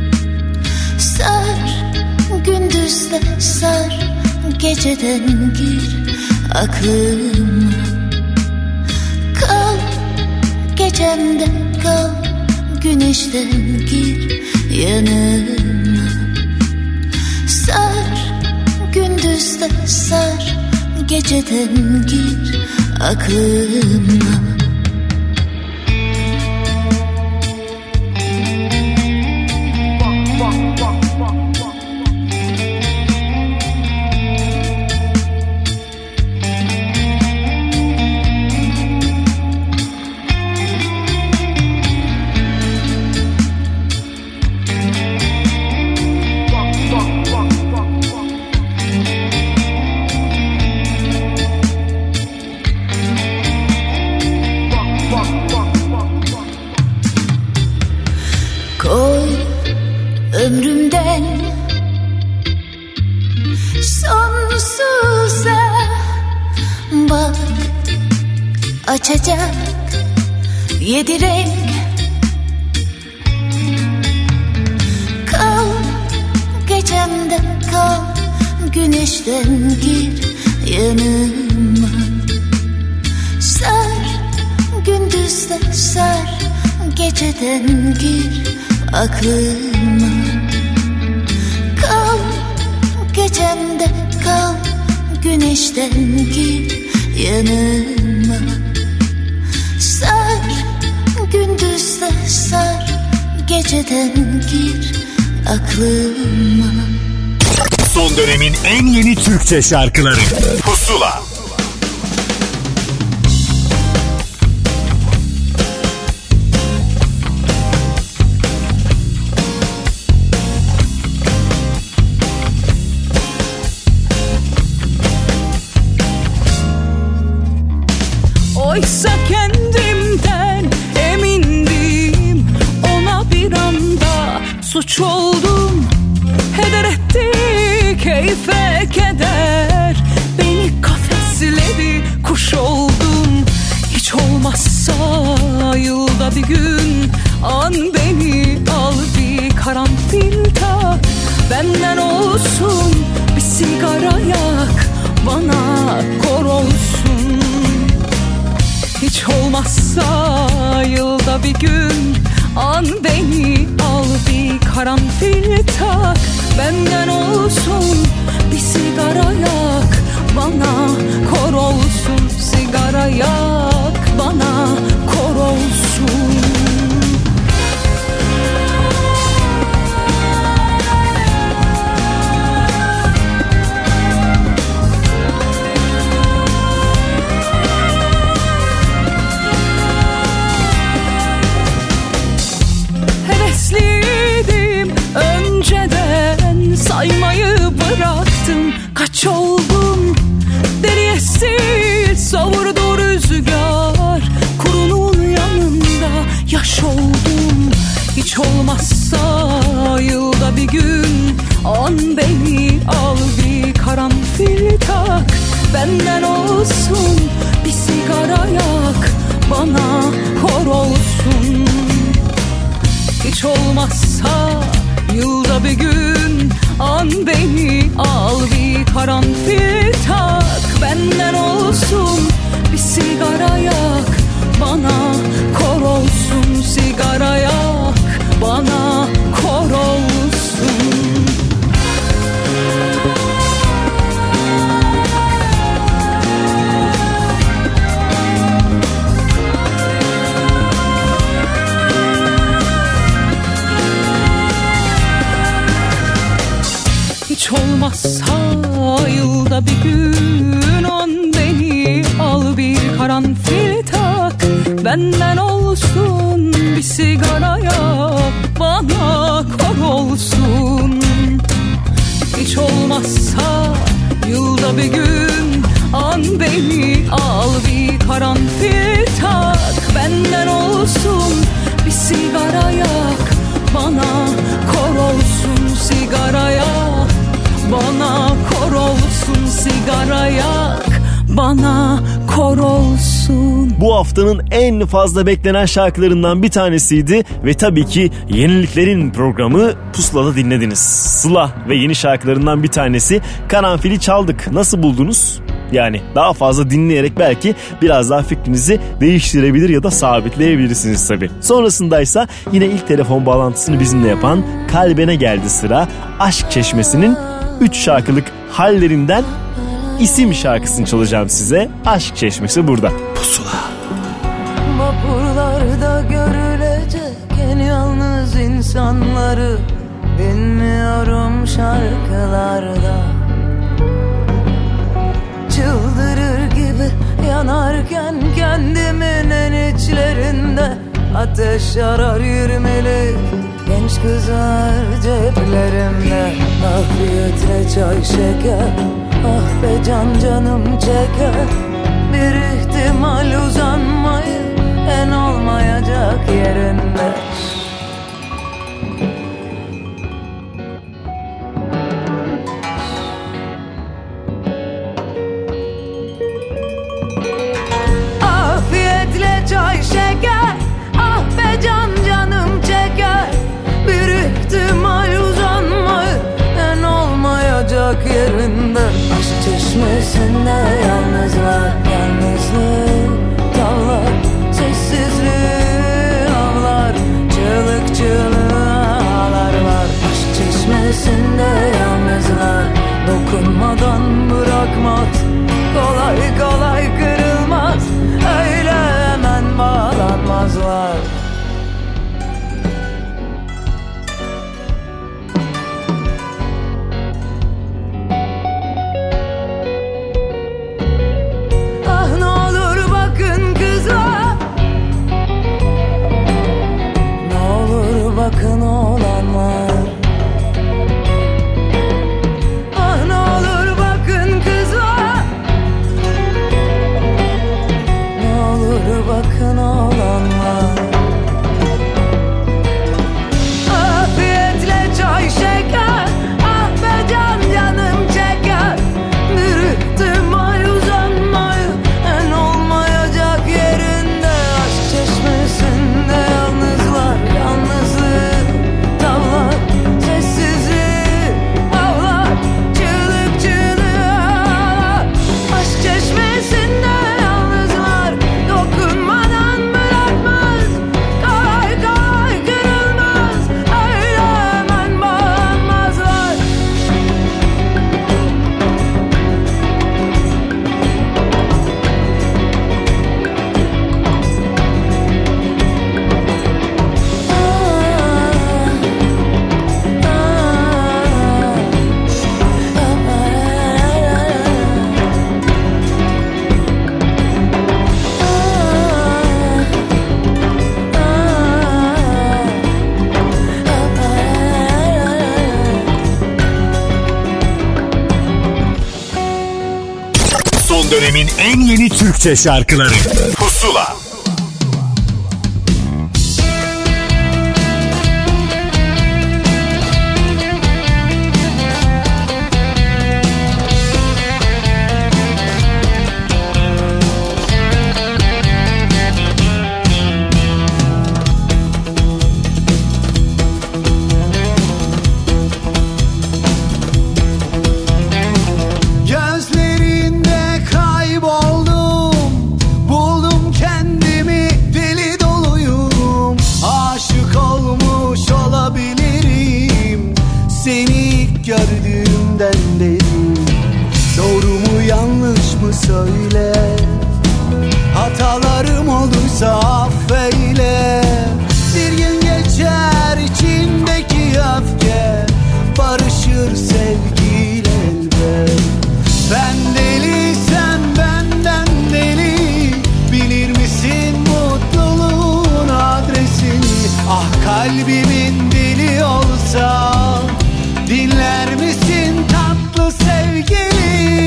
Sar gündüzde, sar geceden gir aklıma. Kal gecemde, kal güneşten gir yanıma. Sar gündüzde, sar geceden gir aklıma. Ömrümden sonsuza, bak açacak 7 renk. Kal gecemde, kal güneşten gir yanıma. Sar gündüzde, sar geceden gir aklıma. Kal gecemde, kal güneşten gir yanıma. Sar, gündüzde sar, geceden gir aklıma. Son dönemin en yeni Türkçe şarkıları Pusula. Oysa kendimden emindim, ona bir anda suç oldum. Heder etti keyfe keder, beni kafesledi kuş oldum. Hiç olmazsa yılda bir gün an beni al, bir karanfil tak, benden olsun bir sigara yak, bana kor olsun. Hiç olmazsa yılda bir gün an beni al, bir karanfil tak, benden olsun bir sigara yak, bana kor olsun. Sigara yak, bana kor olsun. Hevesliydim önceden, saymayı bıraktım, kaç oldum. Deriye sil savurdu rüzgar, kurunun yanında yaş oldum. Hiç olmazsa yılda bir gün an beni al, bir karanfil tak, benden olsun bir sigara yak, bana kor olsun. Hiç olmazsa yılda bir gün an beni al, bir karanfil tak, benden olsun bir sigara yak, bana kor olsun. Sigara yak, bana kor olsun. Hiç olmazsa yılda bir gün an beni al, bir karanfil tak, benden olsun bir sigara yak, bana kor olsun. Hiç olmazsa yılda bir gün an beni al, bir karanfil tak, benden olsun bir sigara yak, bana kor olsun. Sigara yak, bana kor olsun. Sigara yak, bana kor olsun. Bu haftanın en fazla beklenen şarkılarından bir tanesiydi ve tabii ki yeniliklerin programı Pusula'da dinlediniz. Sıla ve yeni şarkılarından bir tanesi Karanfil'i çaldık. Nasıl buldunuz? Yani daha fazla dinleyerek belki biraz daha fikrinizi değiştirebilir ya da sabitleyebilirsiniz tabii. Sonrasındaysa yine ilk telefon bağlantısını bizimle yapan Kalbine geldi sıra. Aşk Çeşmesi'nin 3 şarkılık hallerinden isim şarkısını çalacağım size. Aşk Çeşmesi burada. Pusula. Vapurlarda görülecek en yalnız insanları dinliyorum şarkılarda. Çıldırır gibi yanarken kendimin en içlerinde ateş yarar 20'lik genç kızlar ceplerimde. Afiyetle çay şeker, ah be can canım çeker. Bir ihtimal uzanmayı en olmayacak yerinde. Afiyetle çay şeker, ah be can canım çeker. Bir ihtimal uzanmayı en olmayacak yerinde. Aşk çeşmesinde yalnızlar, yalnızlık tavlar, sessizliği avlar, çığlık çığlığa ağlar var. Aşk çeşmesinde yalnızlar, dokunmadan bırakma dönemin en yeni Türkçe şarkıları Pusula. Gördüğümden beri doğru mu yanlış mı söyle, hatalarım olduysa affeyle. Bir gün geçer içindeki öfke, barışır sevgiyle elbet. Ben deli sen benden deli, bilir misin mutluluğun adresini? Ah kalbimin dili olsa dinler misin tatlı sevgili?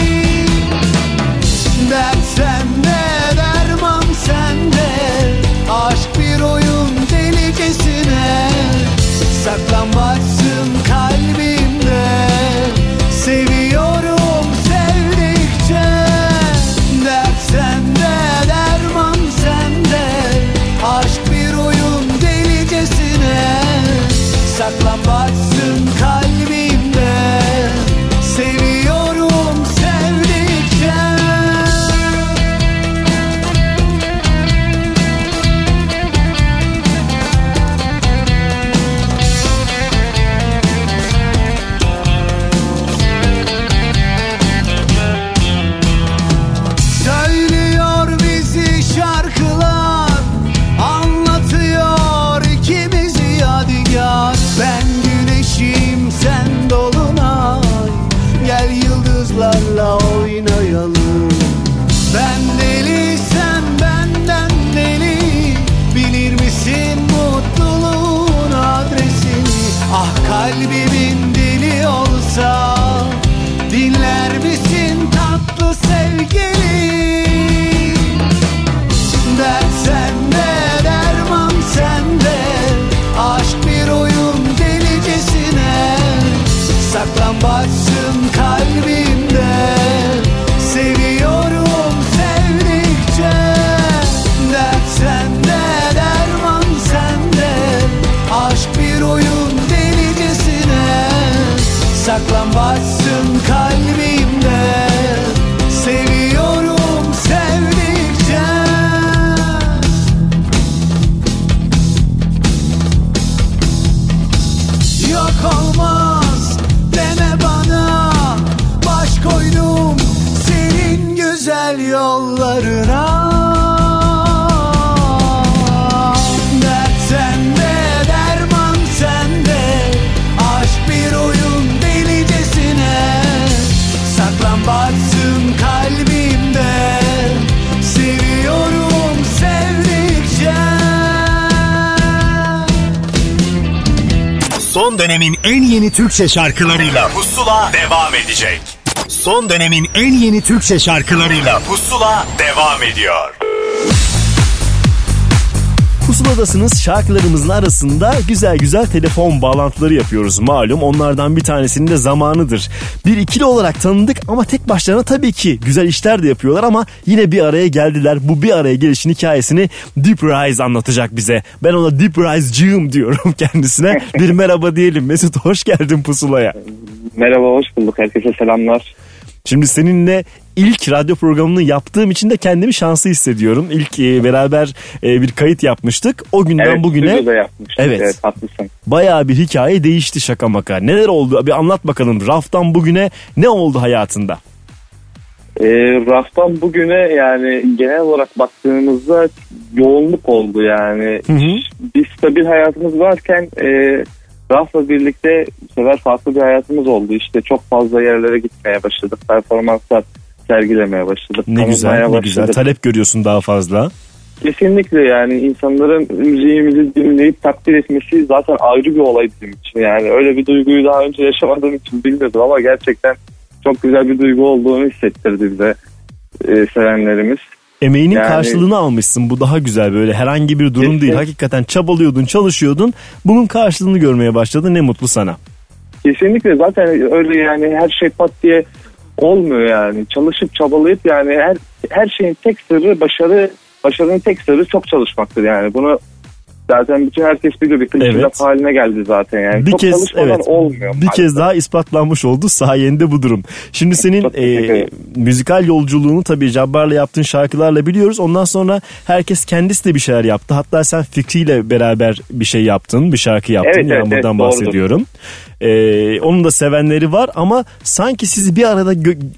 Dert sende, derman sende, aşk bir oyun delicesine. Saklambaçsın kalbimde, seviyorum sevdikçe. Dert sende, derman sende, aşk bir oyun delicesine. Saklambaçsın kalbimde, seviyorum sevdikçe. Söylüyor bizi şarkılar, anlatıyor ikimizi yadigar. Ben güneşim sen dolunay, gel yıldızlarla oynayalım. Ben deli sen benden deli, bilir misin mutluluğun adresini? Ah kalbimin dili olsa dinler misin tatlı sevgili? Dert sende, derman sende, aşk bir oyun delicesine. Saklambaçsın kalbimde, seviyorum sevdikçe. Dert sende, derman sende, aşk bir oyun delicesine. Saklambaçsın kalbimde, seviyorum sevdikçe. Yok olmaz deme bana, baş koydum senin güzel yollarına. Dert sende, derman sende, aşk bir oyun delicesine. Saklambaçsın kalbimde, seviyorum sevdikçe. Son dönemin en yeni Türkçe şarkılarıyla Pusula devam edecek. Son dönemin en yeni Türkçe şarkılarıyla Pusula devam ediyor. Pusuladasınız, şarkılarımızın arasında güzel güzel telefon bağlantıları yapıyoruz malum. Onlardan bir tanesinin de zamanıdır. Bir ikili olarak tanıdık ama tek başlarına tabii ki güzel işler de yapıyorlar ama yine bir araya geldiler. Bu bir araya gelişin hikayesini Deep Rise anlatacak bize. Ben ona Deep Rise'cığım diyorum kendisine. Bir merhaba diyelim. Mesut hoş geldin Pusula'ya. Merhaba, hoş bulduk. Herkese selamlar. Şimdi seninle ilk radyo programını yaptığım için de kendimi şanslı hissediyorum. İlk beraber bir kayıt yapmıştık. O günden bugüne. Evet, haklısın. Bayağı bir hikaye değişti şaka maka. Neler oldu? Bir anlat bakalım. Raftan bugüne ne oldu hayatında? Raftan bugüne yani genel olarak baktığımızda yoğunluk oldu yani. Bir stabil hayatımız varken Raf'la birlikte bu sefer farklı bir hayatımız oldu. İşte çok fazla yerlere gitmeye başladık. Performanslar sergilemeye başladık. Ne güzel, ne güzel. Talep görüyorsun daha fazla. Kesinlikle yani insanların müziğimizi dinleyip takdir etmesi zaten ayrı bir olay bizim için. Yani öyle bir duyguyu daha önce yaşamadığım için bilmiyordum ama gerçekten çok güzel bir duygu olduğunu hissettirdi bize. sevenlerimiz. Emeğinin karşılığını almışsın. Bu daha güzel, böyle herhangi bir durum değil. Hakikaten çabalıyordun, çalışıyordun. Bunun karşılığını görmeye başladın. Ne mutlu sana. Kesinlikle, zaten öyle yani, her şey pat diye olmuyor yani. Çalışıp çabalayıp yani her şeyin tek sırrı başarının tek sırrı çok çalışmaktır yani. Bunu zaten bütün herkes biliyor, bir klişe laf haline geldi zaten yani. Çok çalışmadan olmuyor. Bir kez daha ispatlanmış oldu sayende bu durum. Şimdi senin müzikal yolculuğunu tabii Cabbar'la yaptığın şarkılarla biliyoruz. Ondan sonra herkes kendisi de bir şeyler yaptı. Hatta sen Fikri'yle beraber bir şey yaptın, bir şarkı yaptın. Yağmur'dan bahsediyorum. Onun da sevenleri var ama sanki sizi bir arada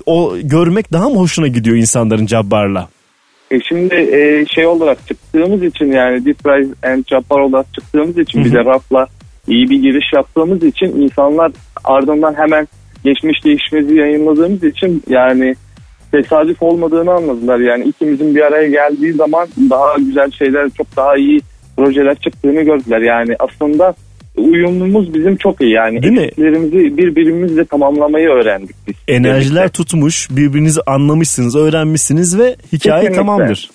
görmek daha mı hoşuna gidiyor insanların Cabbar'la? Şimdi şey olarak çıktığımız için, yani Deep Rise and Cabbar olarak çıktığımız için, bir de Raf'la iyi bir giriş yaptığımız için insanlar ardından hemen geçmiş değişmezi yayınladığımız için yani tesadüf olmadığını anladılar. Yani ikimizin bir araya geldiği zaman daha güzel şeyler, çok daha iyi projeler çıktığını gördüler. Yani aslında uyumumuz bizim çok iyi yani. Eksiklerimizi birbirimizle tamamlamayı öğrendik biz. Enerjiler tutmuş, birbirinizi anlamışsınız, öğrenmişsiniz ve hikaye kesinlikle tamamdır.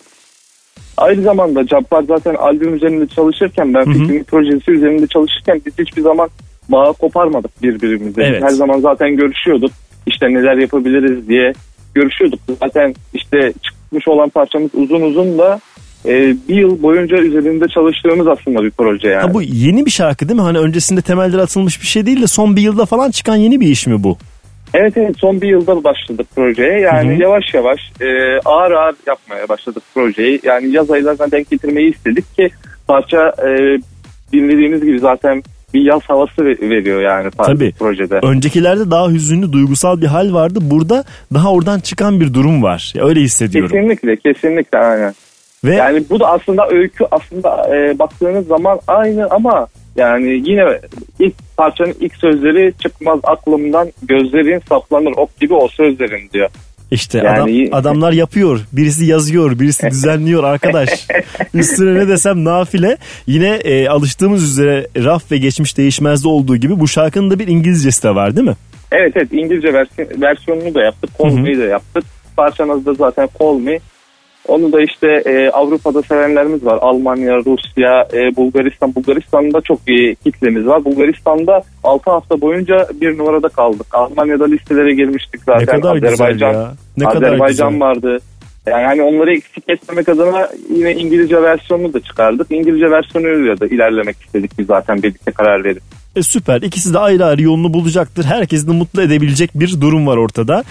Aynı zamanda Cabbar zaten albüm üzerinde çalışırken, ben Fikri'nin projesi üzerinde çalışırken biz hiçbir zaman bağı koparmadık birbirimize. Evet. Her zaman zaten görüşüyorduk. İşte neler yapabiliriz diye görüşüyorduk. Zaten işte çıkmış olan parçamız uzun da bir yıl boyunca üzerinde çalıştığımız aslında bir proje yani. Ha, bu yeni bir şarkı değil mi? Hani öncesinde temelleri atılmış bir şey değil de son bir yılda falan çıkan yeni bir iş mi bu? Evet, son bir yılda başladık projeye. Yani yavaş yavaş ağır yapmaya başladık projeyi. Yani yaz aylarına denk getirmeyi istedik ki parça dinlediğiniz gibi zaten bir yaz havası veriyor yani projede. Öncekilerde daha hüzünlü, duygusal bir hal vardı. Burada daha oradan çıkan bir durum var. Ya, öyle hissediyorum. Kesinlikle aynen. Ve yani bu da aslında öykü, aslında baktığınız zaman aynı ama yani yine ilk parçanın ilk sözleri çıkmaz aklımdan, gözlerin saplanır ok gibi o sözlerin diyor. İşte yani adamlar yapıyor, birisi yazıyor, birisi düzenliyor arkadaş. Üstüne ne desem nafile. Yine alıştığımız üzere Raf ve Geçmiş Değişmez'de olduğu gibi bu şarkının da bir İngilizcesi de var değil mi? Evet, İngilizce versiyonunu da yaptık, Call Me'yi de yaptık. Parçamız da zaten Call Me. Onu da işte Avrupa'da sevenlerimiz var. Almanya, Rusya, Bulgaristan. Bulgaristan'da çok bir kitlemiz var. Bulgaristan'da 6 hafta boyunca bir numarada kaldık. Almanya'da listelere girmiştik zaten. Ne kadar Azerbaycan, güzel ya. Ne Azerbaycan kadar vardı. Yani onları eksik etmemek adına yine İngilizce versiyonunu da çıkardık. İngilizce versiyonuyla da ilerlemek istedik biz zaten birlikte karar verip. Süper. İkisi de ayrı ayrı yolunu bulacaktır. Herkesi de mutlu edebilecek bir durum var ortada.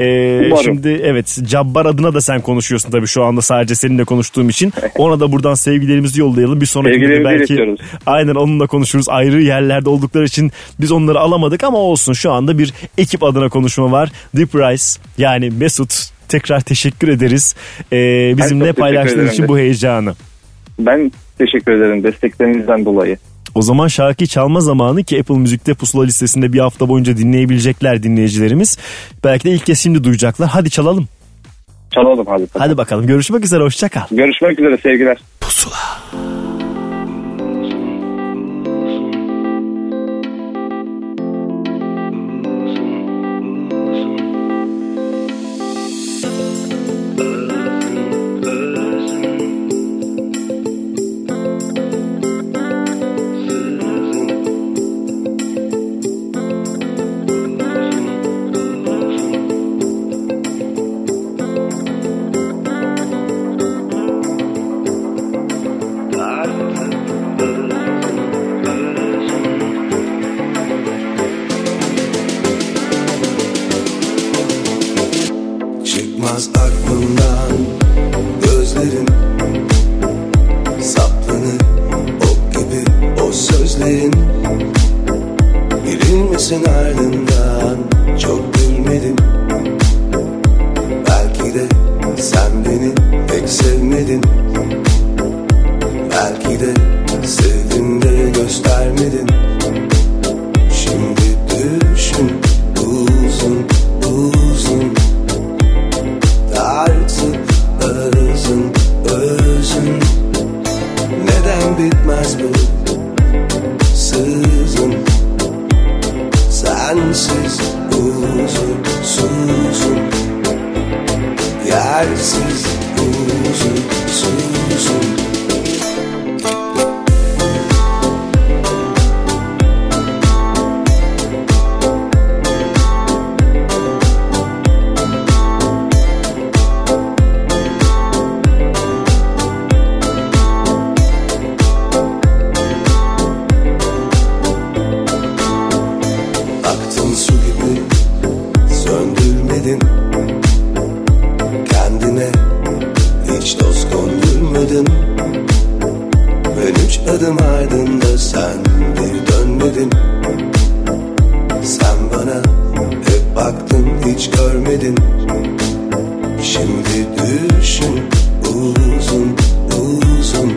Şimdi evet, Cabbar adına da sen konuşuyorsun tabii şu anda, sadece seninle konuştuğum için. Ona da buradan sevgilerimizi yollayalım. Bir sonraki gün belki aynen onunla konuşuruz. Ayrı yerlerde oldukları için biz onları alamadık ama olsun, şu anda bir ekip adına konuşma var. Deep Rise, yani Mesut, tekrar teşekkür ederiz. Bizimle paylaştığın için bu heyecanı. Ben teşekkür ederim desteklerinizden dolayı. O zaman şarkıyı çalma zamanı ki Apple Müzik'te Pusula listesinde bir hafta boyunca dinleyebilecekler dinleyicilerimiz. Belki de ilk kez şimdi duyacaklar. Hadi çalalım. Çalalım hadi. Hadi bakalım. Görüşmek üzere. Hoşça kal. Görüşmek üzere. Sevgiler. Pusula. yersiz huzursuzum. Adım ardında sen bir dönmedin. Sen bana hep baktın, hiç görmedin. Şimdi düşün uzun uzun,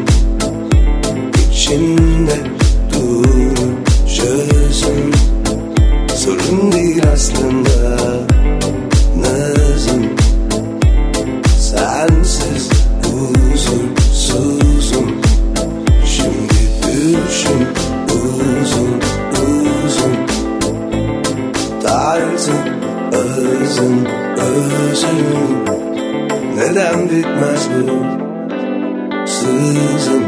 içinde dur çözüm. Sorun değil aslında nazım, sensiz huzursuzum. Düşün uzun uzun, tarzın özün özün. Neden bitmez bu sızım,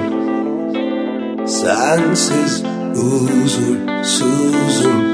sensiz huzursuzum.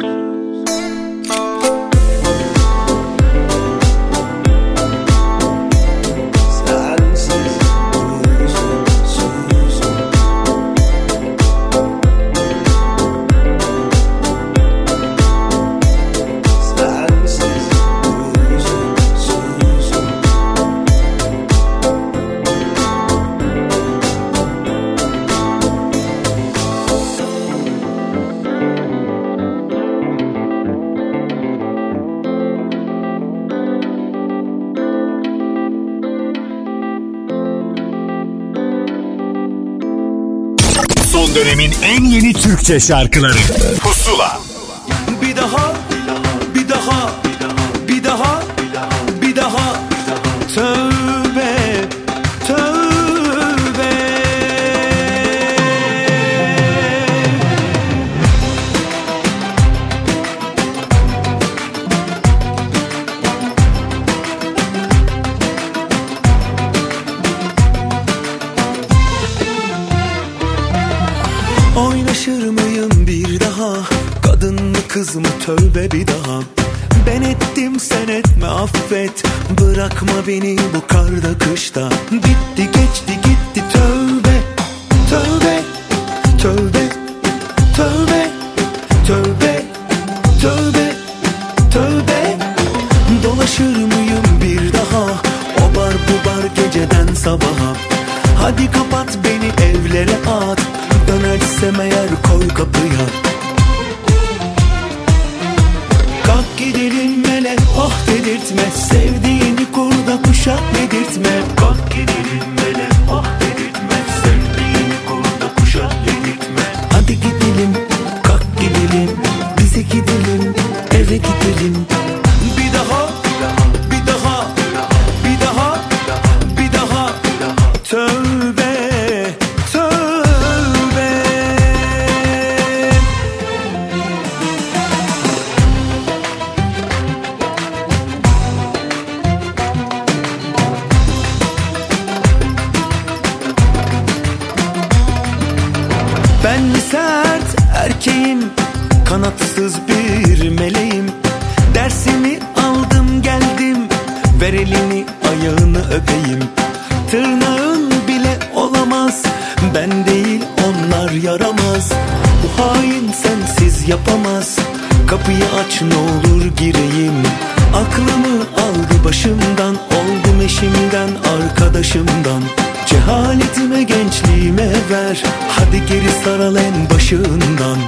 Dönemin en yeni Türkçe şarkıları Pusula. Bir daha, bir daha, bir daha, bir daha. Tövbe, tövbe. Oynaşır mıyım bir daha? Kadın mı kız mı, tövbe bir daha. Ben ettim sen etme, affet. Bırakma beni bu karda kışta. Bitti geçti gitti, tövbe, tövbe, tövbe, tövbe, tövbe, tövbe, tövbe. Dolaşır mıyım bir daha? O bar bu bar geceden sabaha. Hadi kapat beni, evlere at. Dönersem eğer koy kapıya. Kalk gidelim hele, oh dedirtme. Sevdiğini kurda kuşa dedirtme. Kalk gidelim hele, oh dedirtme. Sevdiğini kurda kuşa dedirtme. Hadi gidelim, kalk gidelim. Bize gidelim, eve gidelim. Bir daha, bir daha, bir daha, bir daha. Tövbe, tövbe. Ben mi sert erkeğim, kanatsız bir meleğim. Dersimi aldım geldim, ver elini ayağını öpeyim. Tırnağın bile olamaz, ben değil onlar yaramaz. Bu hain sensiz yapamaz. Kapıyı aç ne olur gireyim. Aklımı aldı başımdan, oldum eşimden arkadaşımdan. Cehaletime gençliğime ver, hadi geri saral en başından.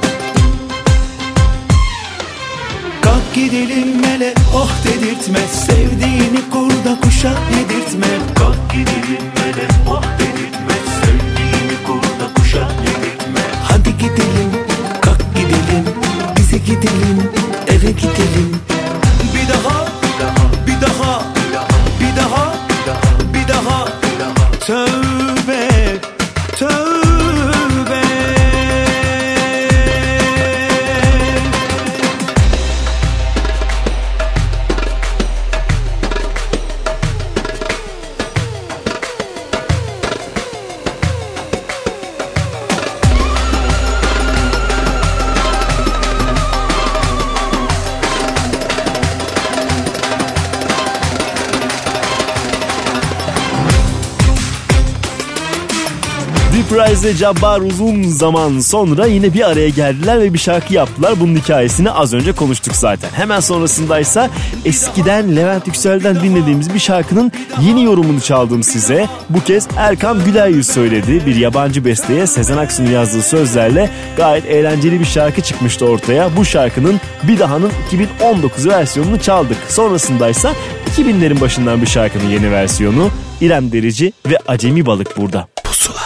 Kalk gidelim hele, oh dedirtme. Sevdiğini kurda kuşa yedirtme. Kalk gidelim hele, oh dedirtme. Sevdiğini kurda kuşa yedirtme. Hadi gidelim, kalk gidelim. Bize gidelim, eve gidelim. Bir daha, bir daha, bir daha, bir daha. Tövbe, tövbe. Surprise ve Cabbar uzun zaman sonra yine bir araya geldiler ve bir şarkı yaptılar. Bunun hikayesini az önce konuştuk zaten. Hemen sonrasındaysa eskiden Levent Yüksel'den dinlediğimiz bir şarkının yeni yorumunu çaldım size. Bu kez Erkan Güleryüz söyledi. Bir yabancı besteye Sezen Aksu'nun yazdığı sözlerle gayet eğlenceli bir şarkı çıkmıştı ortaya. Bu şarkının Bir Daha'nın 2019 versiyonunu çaldık. Sonrasındaysa 2000'lerin başından bir şarkının yeni versiyonu İrem Derici ve Acemi Balık burada. Pusula.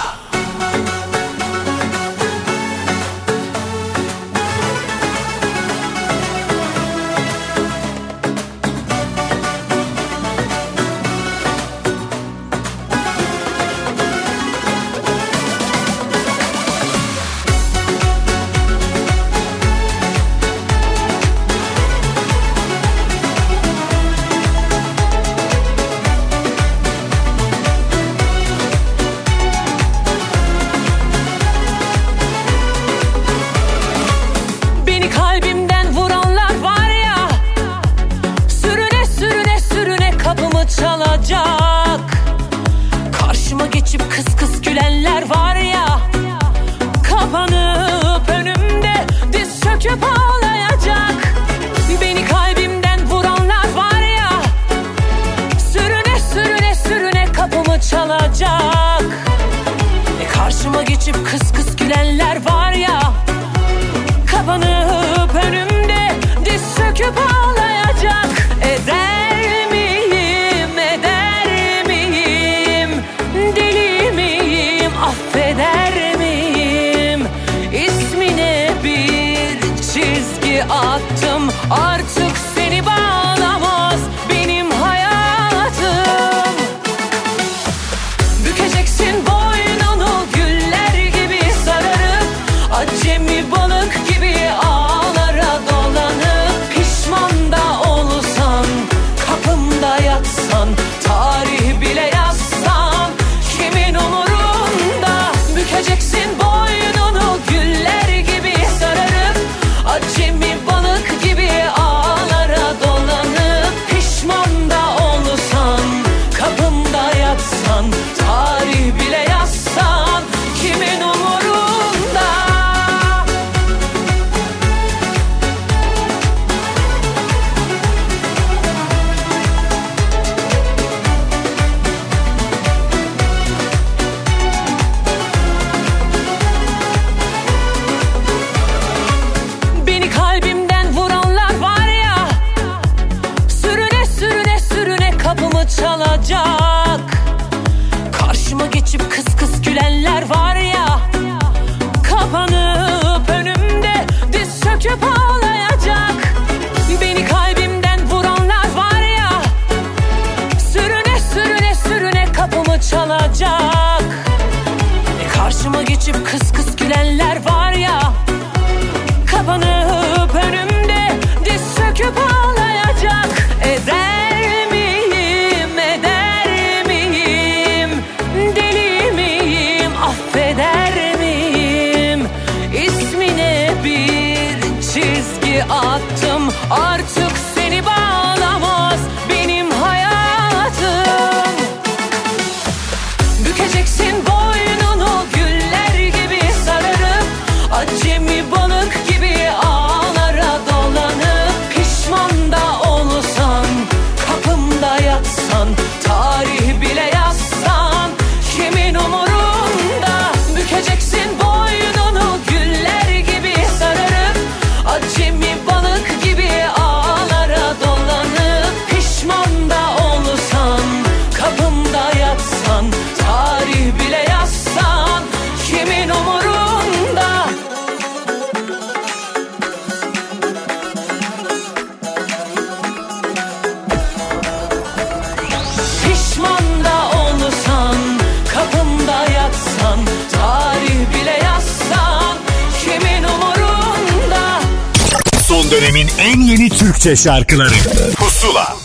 Dönemin en yeni Türkçe şarkıları Pusula.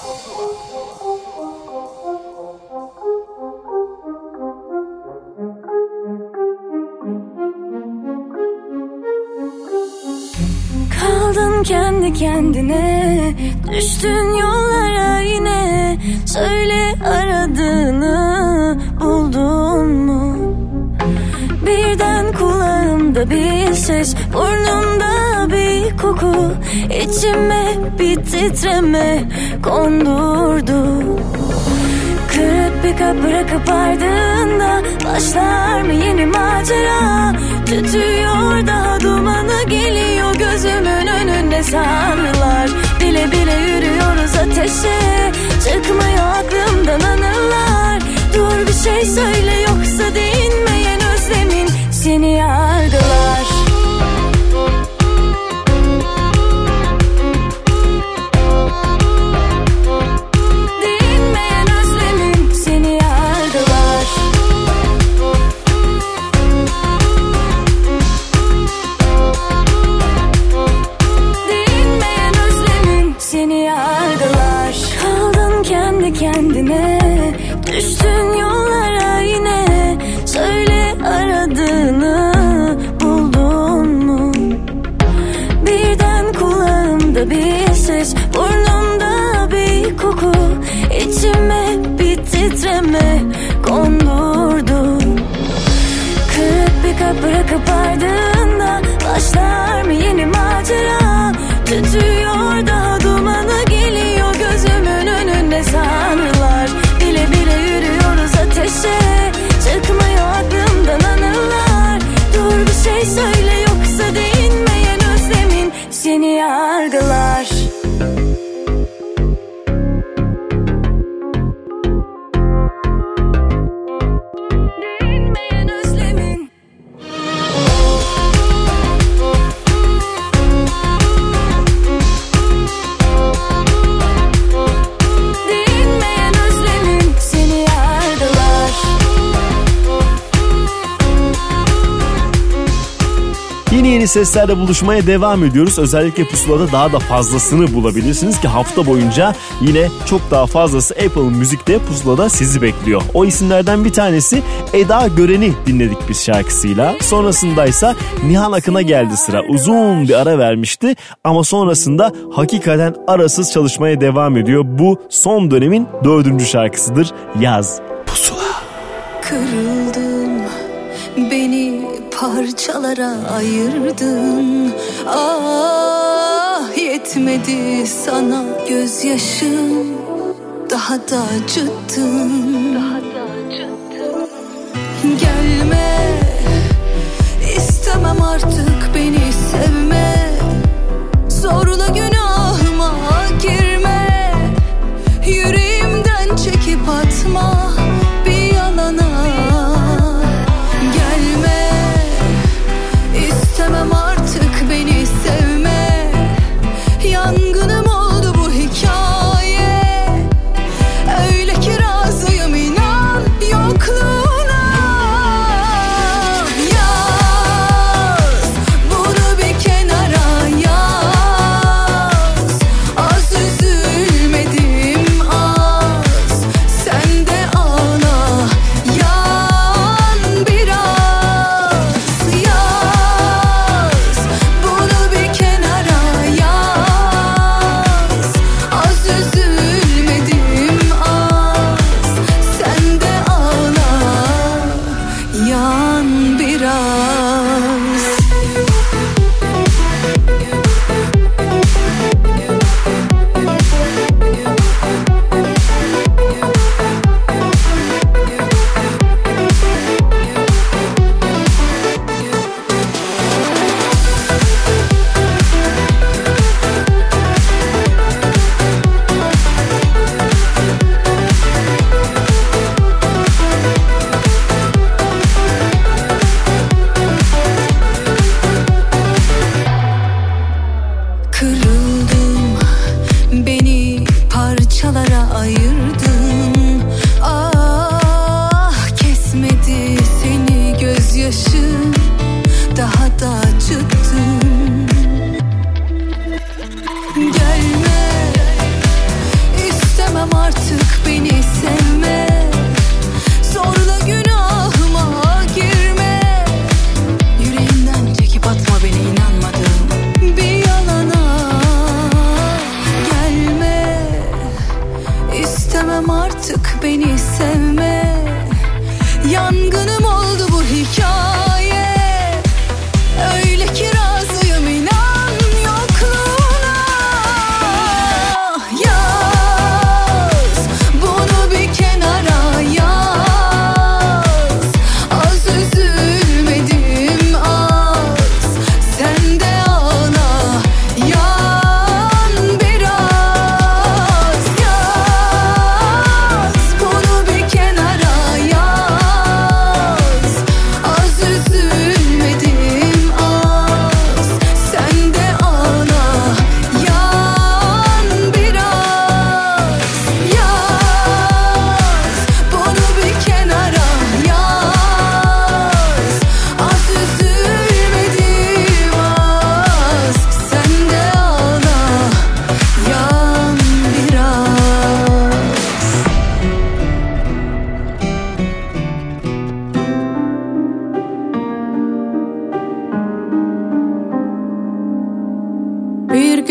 Kaldın kendi kendine, düştün yollara yine. Söyle aradığını buldun mu? Birden kulağımda bir ses, burnumda bir koku, içime bir titreme kondurdu. Kırık bir kapı bırakıp ardında başlar mı yeni macera? Tütüyor daha dumanı geliyor gözümün önünde sanrılar. Bile bile yürüyoruz ateşe, çıkmıyor aklımdan anılar. Dur bir şey söyle yoksa dinmeyen özlemin seni yargılar. Kendine düştün yollara yine, söyle aradığını buldun mu? Birden kulağımda bir ses, burnumda bir koku, içime bir titreme kondurdu. Kırık bir kapı bırakıp ardında başlar mı yeni macera? Tütüyor daha dumanı geliyor gözümün önünde sanrılar. Bile bile yürüyoruz ateşe, çıkmıyor aklımdan anılar. Dur bir şey söyle yoksa dinmeyen özlemin seni yargılar. Yeni seslerle buluşmaya devam ediyoruz. Özellikle Pusula'da daha da fazlasını bulabilirsiniz ki hafta boyunca yine çok daha fazlası Apple Müzik'te Pusula'da sizi bekliyor. O isimlerden bir tanesi Eda Gören'i dinledik biz şarkısıyla. Sonrasındaysa Nihan Akın'a geldi sıra. Uzun bir ara vermişti ama sonrasında hakikaten arasız çalışmaya devam ediyor. Bu son dönemin 4. şarkısıdır. Yaz. Pusula. Kırıldım, beni parçalara ayırdın. Ah, yetmedi sana gözyaşım, daha da acıttın. Gelme, istemem artık beni sevme. Zorla günahıma girme, yüreğimden çekip atma bir yalana. İstemem artık beni sevme. Yangınım oldu bu hikaye. Öyle ki razıyım inan yokluğuna. Yaz bunu bir kenara yaz. Az üzülmedim az. Sen de ağla yan biraz. Bunu bir kenara yaz. Az üzülmedim az. Sen de ağla yan biraz. Kırıldım, beni parçalara ayırdın. Ah, kesmedi seni gözyaşım, daha da acıttın. Gelme, istemem artık beni sevme. Zorla günahıma girme, yüreğimden çekip atma beni inanmadım bir yalana. Gelme, istemem artık beni sevme. Yangınım oldu bu hikaye.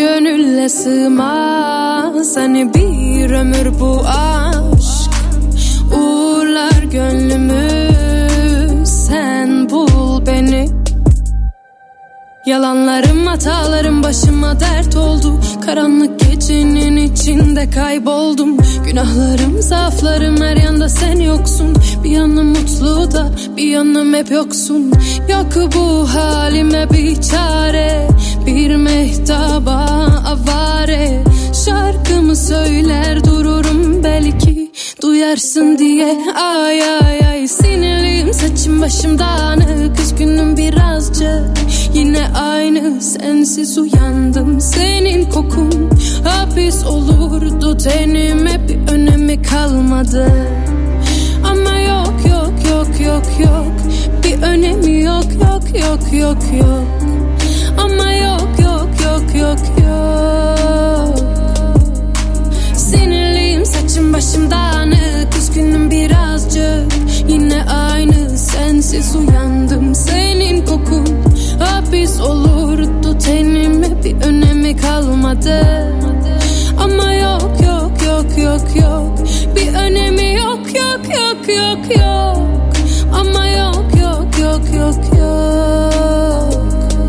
gönülle sığmaz hani bir ömür bu aşk. Uğurlar gönlümü, sen bul beni. Yalanlarım, hatalarım başıma dert oldu. Karanlık gecenin içinde kayboldum. Günahlarım, zaaflarım, her yanda sen yoksun. Bir yanım mutlu da bir yanım hep yoksun. Yok bu halime bir çare, bir mehtaba avare. Şarkımı söyler dururum belki duyarsın diye. Ay ay ay, sinirliyim, saçım başım dağınık, üzgünüm birazcık. Yine aynı, sensiz uyandım, senin kokun hapis olurdu tenime, bir önemi kalmadı. Ama yok yok yok yok yok, bir önemi yok yok yok yok yok. Ama yok yok yok yok yok. Sinirliyim, saçım başım dağınık, üzgünüm birazcık. Yine aynı, sensiz uyandım, senin kokun hapis olurdu tenime, bir önemi kalmadı. Ama yok yok yok yok yok, bir önemi yok yok yok yok yok. Ama yok yok yok yok yok.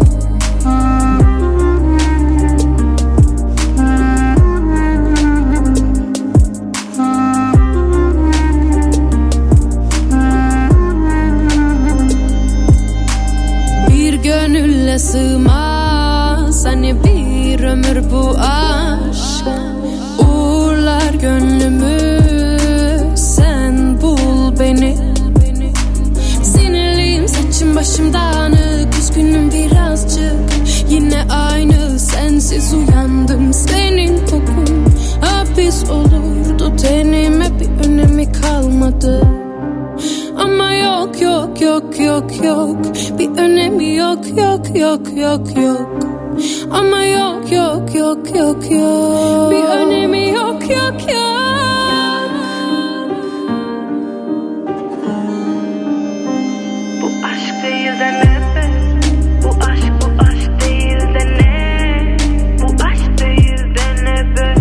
Gönülle sığmaz hani bir ömür bu aşk. Uğurlar gönlümü, sen bul beni. Sinirliyim, saçım başım dağınık, üzgünüm birazcık. Yine aynı, sensiz uyandım, senin kokun hapis olurdu tenime, bir önemi kalmadı. Ama yok yok yok yok yok, bir önemi yok yok yok yok yok. Ama yok yok yok yok yok, bir önemi yok yok yok. Bu aşk değil de ne be? Bu aşk değil de ne? Bu aşk değil de ne be?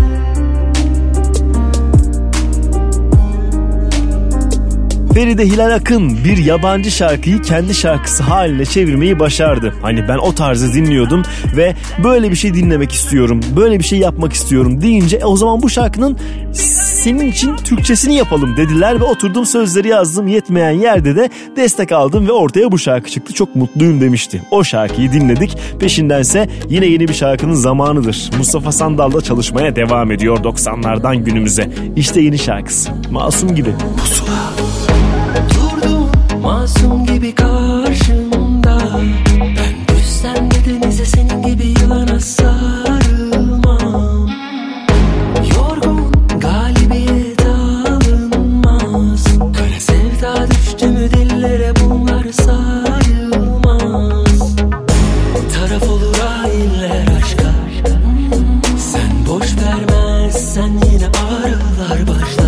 Feride Hilal Akın bir yabancı şarkıyı kendi şarkısı haline çevirmeyi başardı. Hani ben o tarzı dinliyordum ve böyle bir şey dinlemek istiyorum, böyle bir şey yapmak istiyorum deyince o zaman bu şarkının senin için Türkçesini yapalım dediler ve oturdum sözleri yazdım, yetmeyen yerde de destek aldım ve ortaya bu şarkı çıktı. Çok mutluyum demişti. O şarkıyı dinledik. Peşindense yine yeni bir şarkının zamanıdır. Mustafa Sandal'da çalışmaya devam ediyor 90'lardan günümüze. İşte yeni şarkısı Masum Gibi. Pusula. Durdum masum gibi karşımda, ben düşsem de denize senin gibi yılana sarılmam. Yorgun galibiyet alınmaz, kara sevda düştü mü dillere bunlar sayılmaz. Taraf olur hainler aşka, sen boş vermezsen yine ağrılar başlar.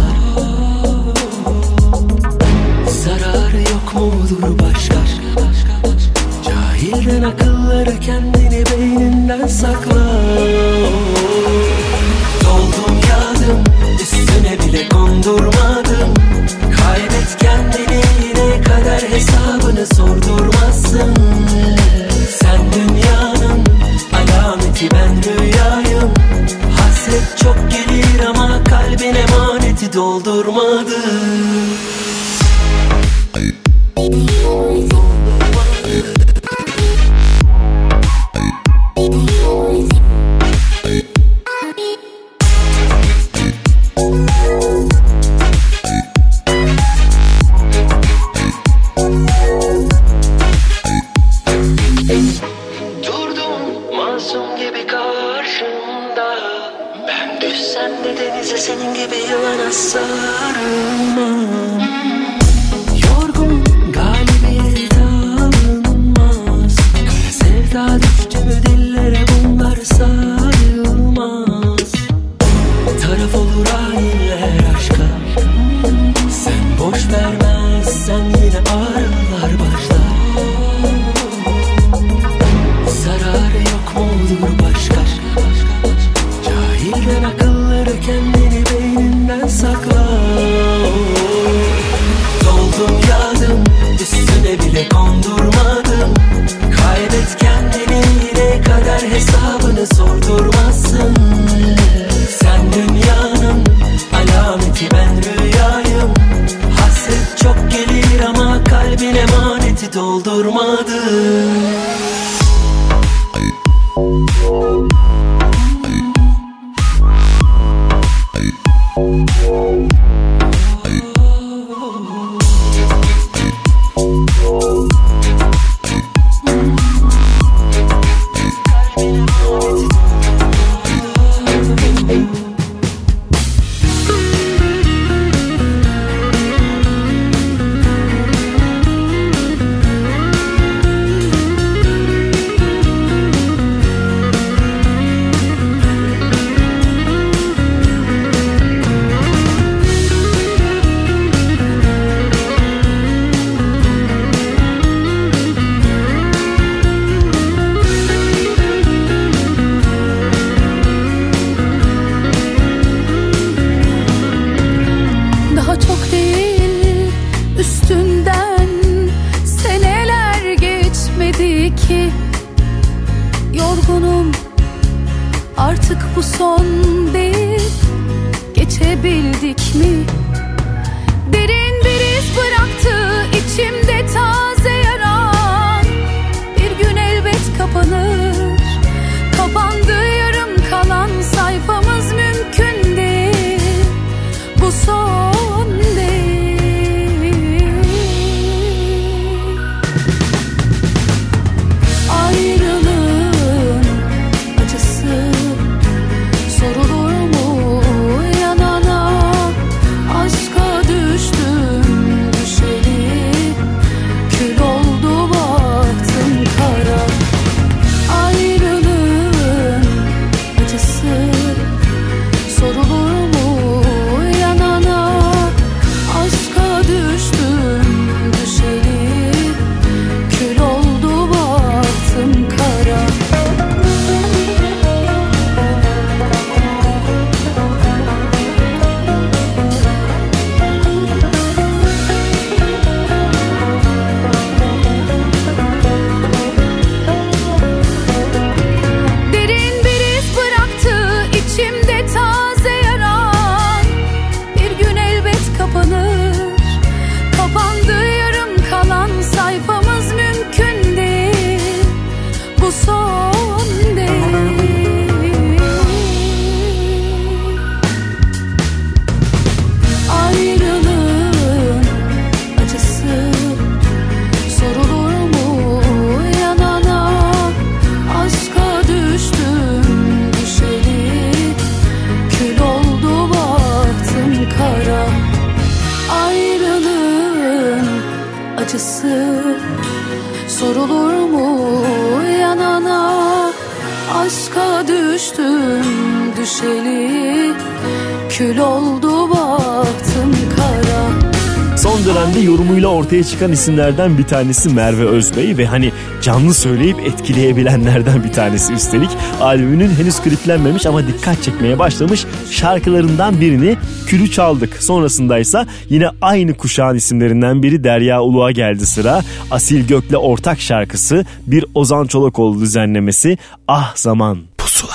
Zararı yok mudur başka? Cahilden akılları kendini beyninden sakla. Doldum yağdım, üstüne bile kondurmadım. Kaybet kendini yine kader hesabını sordurmazsın. Sen dünyanın alameti, ben rüyayım. Hasret çok gelir ama kalbin emaneti doldurmadı. Durdum masum gibi karşımda, ben düşsem de denize senin gibi yılana sarılmam. Yorgun galibiyet alınmaz, kara sevda düştü mü dillere bunlar sayılmaz. Taraf olur hainler aşka, sen boş vermezsen yine ağrılar başlar. Zararı yok mudur başka? Ortaya çıkan isimlerden bir tanesi Merve Özbey ve hani canlı söyleyip etkileyebilenlerden bir tanesi üstelik. Albümünün henüz kliplenmemiş ama dikkat çekmeye başlamış şarkılarından birini Külü çaldık. Sonrasındaysa yine aynı kuşağın isimlerinden biri Derya Uluğa geldi sıra. Asil Gök'le ortak şarkısı, bir Ozan Çolakoğlu düzenlemesi Ah Zaman. Pusula.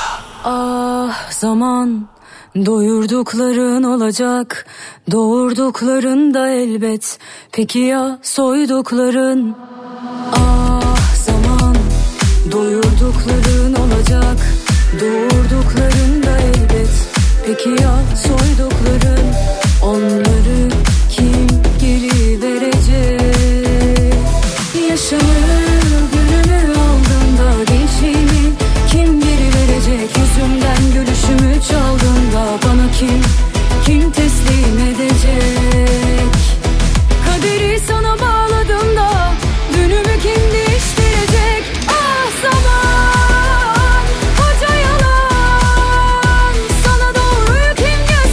Ah zaman, doyurdukların olacak, doğurdukların da elbet. Peki ya soydukların? Ah zaman, doyurdukların olacak, doğurdukların da elbet. Peki ya soydukların? Onları kim geri verecek? Yaşamı, gülümü aldığında gençliğimi kim geri verecek? Yüzümden gülüşümü çaldığında bana kim teslim edecek? Kaderi sana bağladığımda dünümü kim değiştirecek? Ah zaman, koca yalan, sana doğruyu kim gösterecek?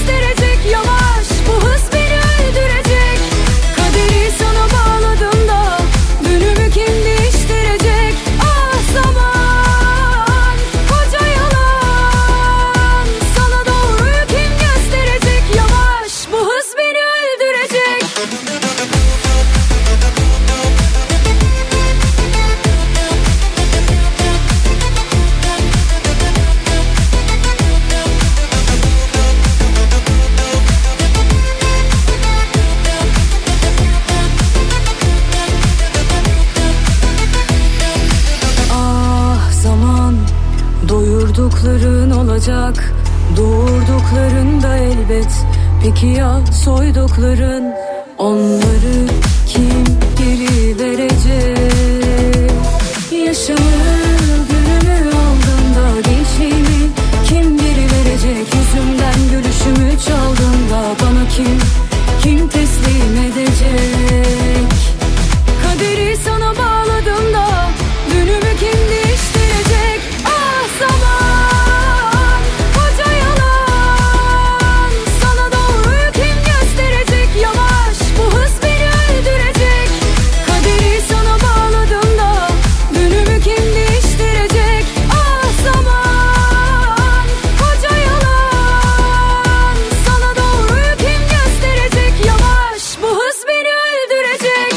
soydukların olacak, doğurdukların da elbet. Peki ya soydukların, onları kim geri verecek? Yaşamı, günümü aldığında, gençliğimi kim geri verecek? Yüzümden gülüşümü çaldığında bana kim teslim edecek? Kaderi sana bağladığımda dünümü kim değiştirecek? Ah zaman, koca yalan, sana doğruyu kim gösterecek? Yavaş, bu hız beni öldürecek. Kaderi sana bağladığımda dünümü kim değiştirecek? Ah zaman, koca yalan, sana doğruyu kim gösterecek? Yavaş, bu hız beni öldürecek.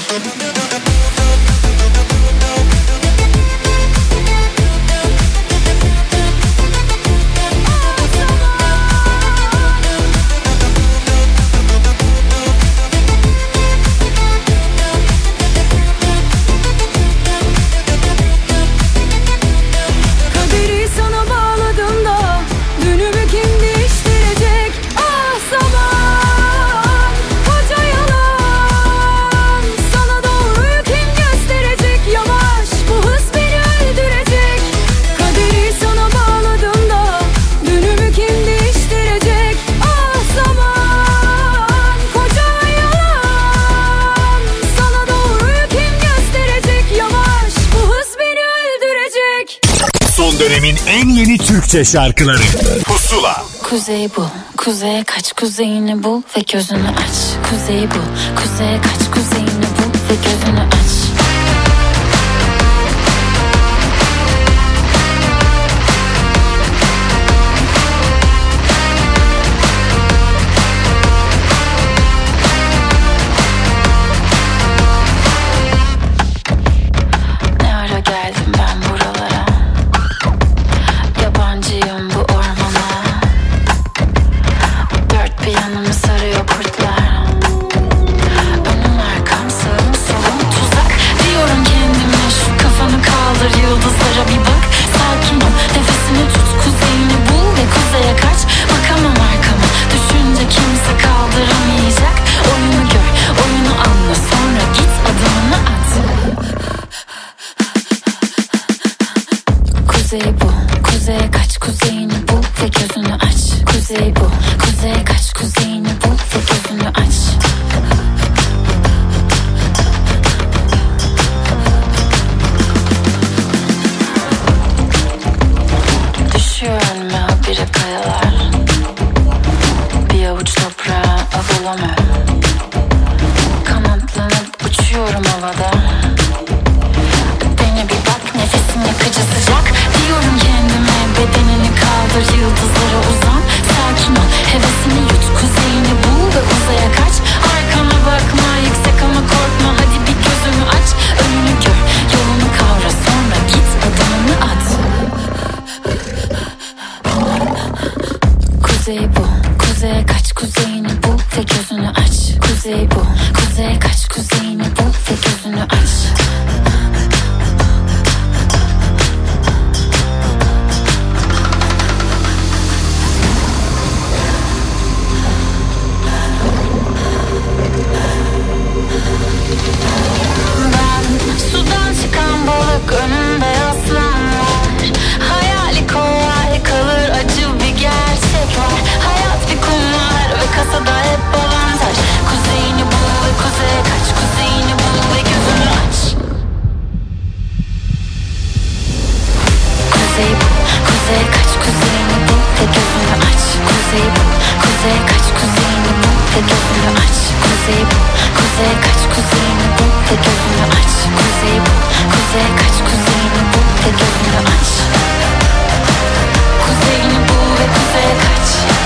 Kaderi sana bağladığımda dünümü kim değiştirecek? Ah zaman, koca yalan, sana doğruyu kim gösterecek? Yavaş, bu hız beni öldürecek. Kaderi sana bağladığımda dünümü kim değiştirecek? Ah zaman, koca yalan, sana doğruyu kim gösterecek? Yavaş, bu hız beni öldürecek. Son dönemin en yeni Türkçe şarkıları Pusula. Kuzey bu, kuzeye kaç, kuzeyini bul ve gözünü aç. Kuzey bu, kuzeye kaç, kuzeyini bul ve gözünü aç. Ne ara geldim ben buralara, yabancıyım bu ormana. Dört bir yanımı sarıyor kurtlar. Önüm arkam sağım solum tuzak. Diyorum kendime şu kafanı kaldır, yıldızlara bir bak. Sakin ol, nefesini tut, kuzeyini bul ve kuzeye kaç. Bakamam arkama, düşünce kimse kaldıramayacak. Oyunu gör, oyunu anla, sonra git adımını at. Kuzey bu, kuzeye kaç, kuzeyini bul ve gözünü aç. Kuzey bu, kuzeye kaç, kuzeyini bul ve gözünü aç. Düşüyor önüme habire kayalar, bir avuç toprağa avulamam. Kanatlanıp uçuyorum havada. Dene bir bak, nefesin yakıcı sıcak. Diyorum kendime, bedenini kaldır, yıldızlara uzan. Sakin ol, hevesini yut, kuzeyini bul ve uzaya kaç. Arkana bakma, yüksek ama korkma, hadi bir gözünü aç. Önünü gör, yolunu kavra, sonra git adımını at. Kuzey bu, kuzeye kaç, kuzeyini bul ve gözünü aç. Kuzey bu, kuzeye kaç, kuzeyini bul ve gözünü aç. Ben sudan çıkan balık, önümde aslanlar. Hayali kolay kalır, acı bir gerçek var. Hayat bir kumar ve kasada hep avantaj. Kuzeyini bul ve kuzeye kaç, kuzeyini bul ve gözünü aç. Kuzey bu, kuzeye kaç, kuzeyini bul ve gözünü aç. Kuzey bu, kuzeye kaç, kuzeyini bul ve gözünü aç. Kuzey bu, kuzeye kaç, kuzeyini bul ve gözünü aç. Kuzey bu, kuzeye kaç, kuzeyini bul ve gözünü aç. Kuzeyini bul ve kuzeye kaç.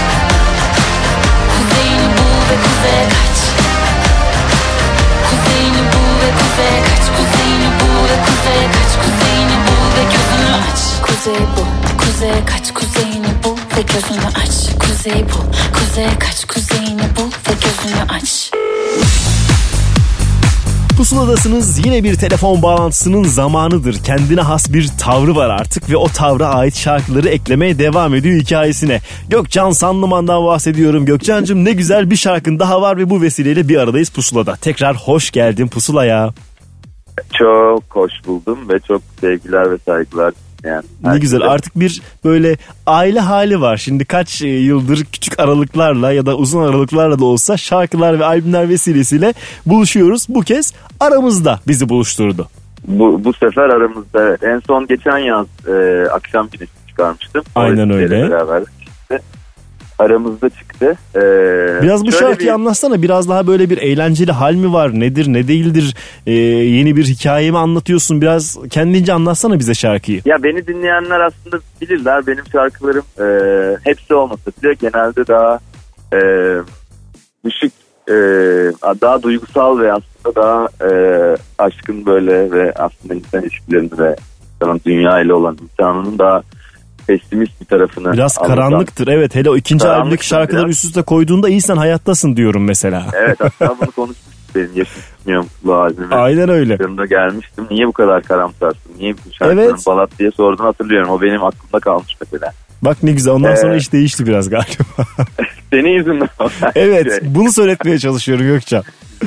Kuzeyini bul ve kuzeye kaç. Kuzeyini bul ve kuzeye kaç. Kuzeyini bul ve kuzeye kaç. Kuzeyini bul ve gözünü aç. Kuzey bu, kuzeye kaç, kuzeyini bul ve gözünü aç. Kuzey bu, kuzeye kaç, kuzeyini bul ve gözünü aç. Pusuladasınız. Yine bir telefon bağlantısının zamanıdır. Kendine has bir tavrı var artık ve o tavra ait şarkıları eklemeye devam ediyor hikayesine. Gökcan Sanlıman'dan bahsediyorum. Gökcan'cığım, ne güzel bir şarkın daha var ve bu vesileyle bir aradayız Pusula'da. Tekrar hoş geldin Pusula'ya. Çok hoş buldum ve çok sevgiler ve saygılar. Yani ne güzel, artık bir böyle aile hali var. Şimdi kaç yıldır küçük aralıklarla ya da uzun aralıklarla da olsa şarkılar ve albümler vesilesiyle buluşuyoruz. Bu kez aramızda bizi buluşturdu. Bu sefer aramızda, evet. En son geçen yaz akşam güneşi çıkarmıştım. Aynen öyle. Beraber işte aramızda çıktı. Biraz bu şarkıyı anlatsana. Biraz daha böyle bir eğlenceli hal mi var? Nedir, ne değildir? Yeni bir hikaye mi anlatıyorsun? Biraz kendince anlatsana bize şarkıyı. Ya beni dinleyenler aslında bilirler. Benim şarkılarım hepsi olmasa bile genelde daha düşük, daha duygusal ve aslında daha aşkın böyle ve aslında insan ilişkilerini ve dünya ile olan imtihanının daha pesimist bir tarafını. Biraz karanlıktır, evet. Hele o ikinci albümdeki şarkıları üst üste koyduğunda iyi sen hayattasın diyorum mesela. Evet, hatta bunu konuşmuştuk benim Yaşım Tutmuyor bu albümü. Aynen öyle. Yanında gelmiştim. Niye bu kadar karamsarsın? Niye bu şarkıların balat diye sorduğunu hatırlıyorum. O benim aklımda kalmış mesela. Bak ne güzel. Ondan sonra iş değişti biraz galiba. Senin yüzünden. Evet. Bunu söyletmeye çalışıyorum Gökçen.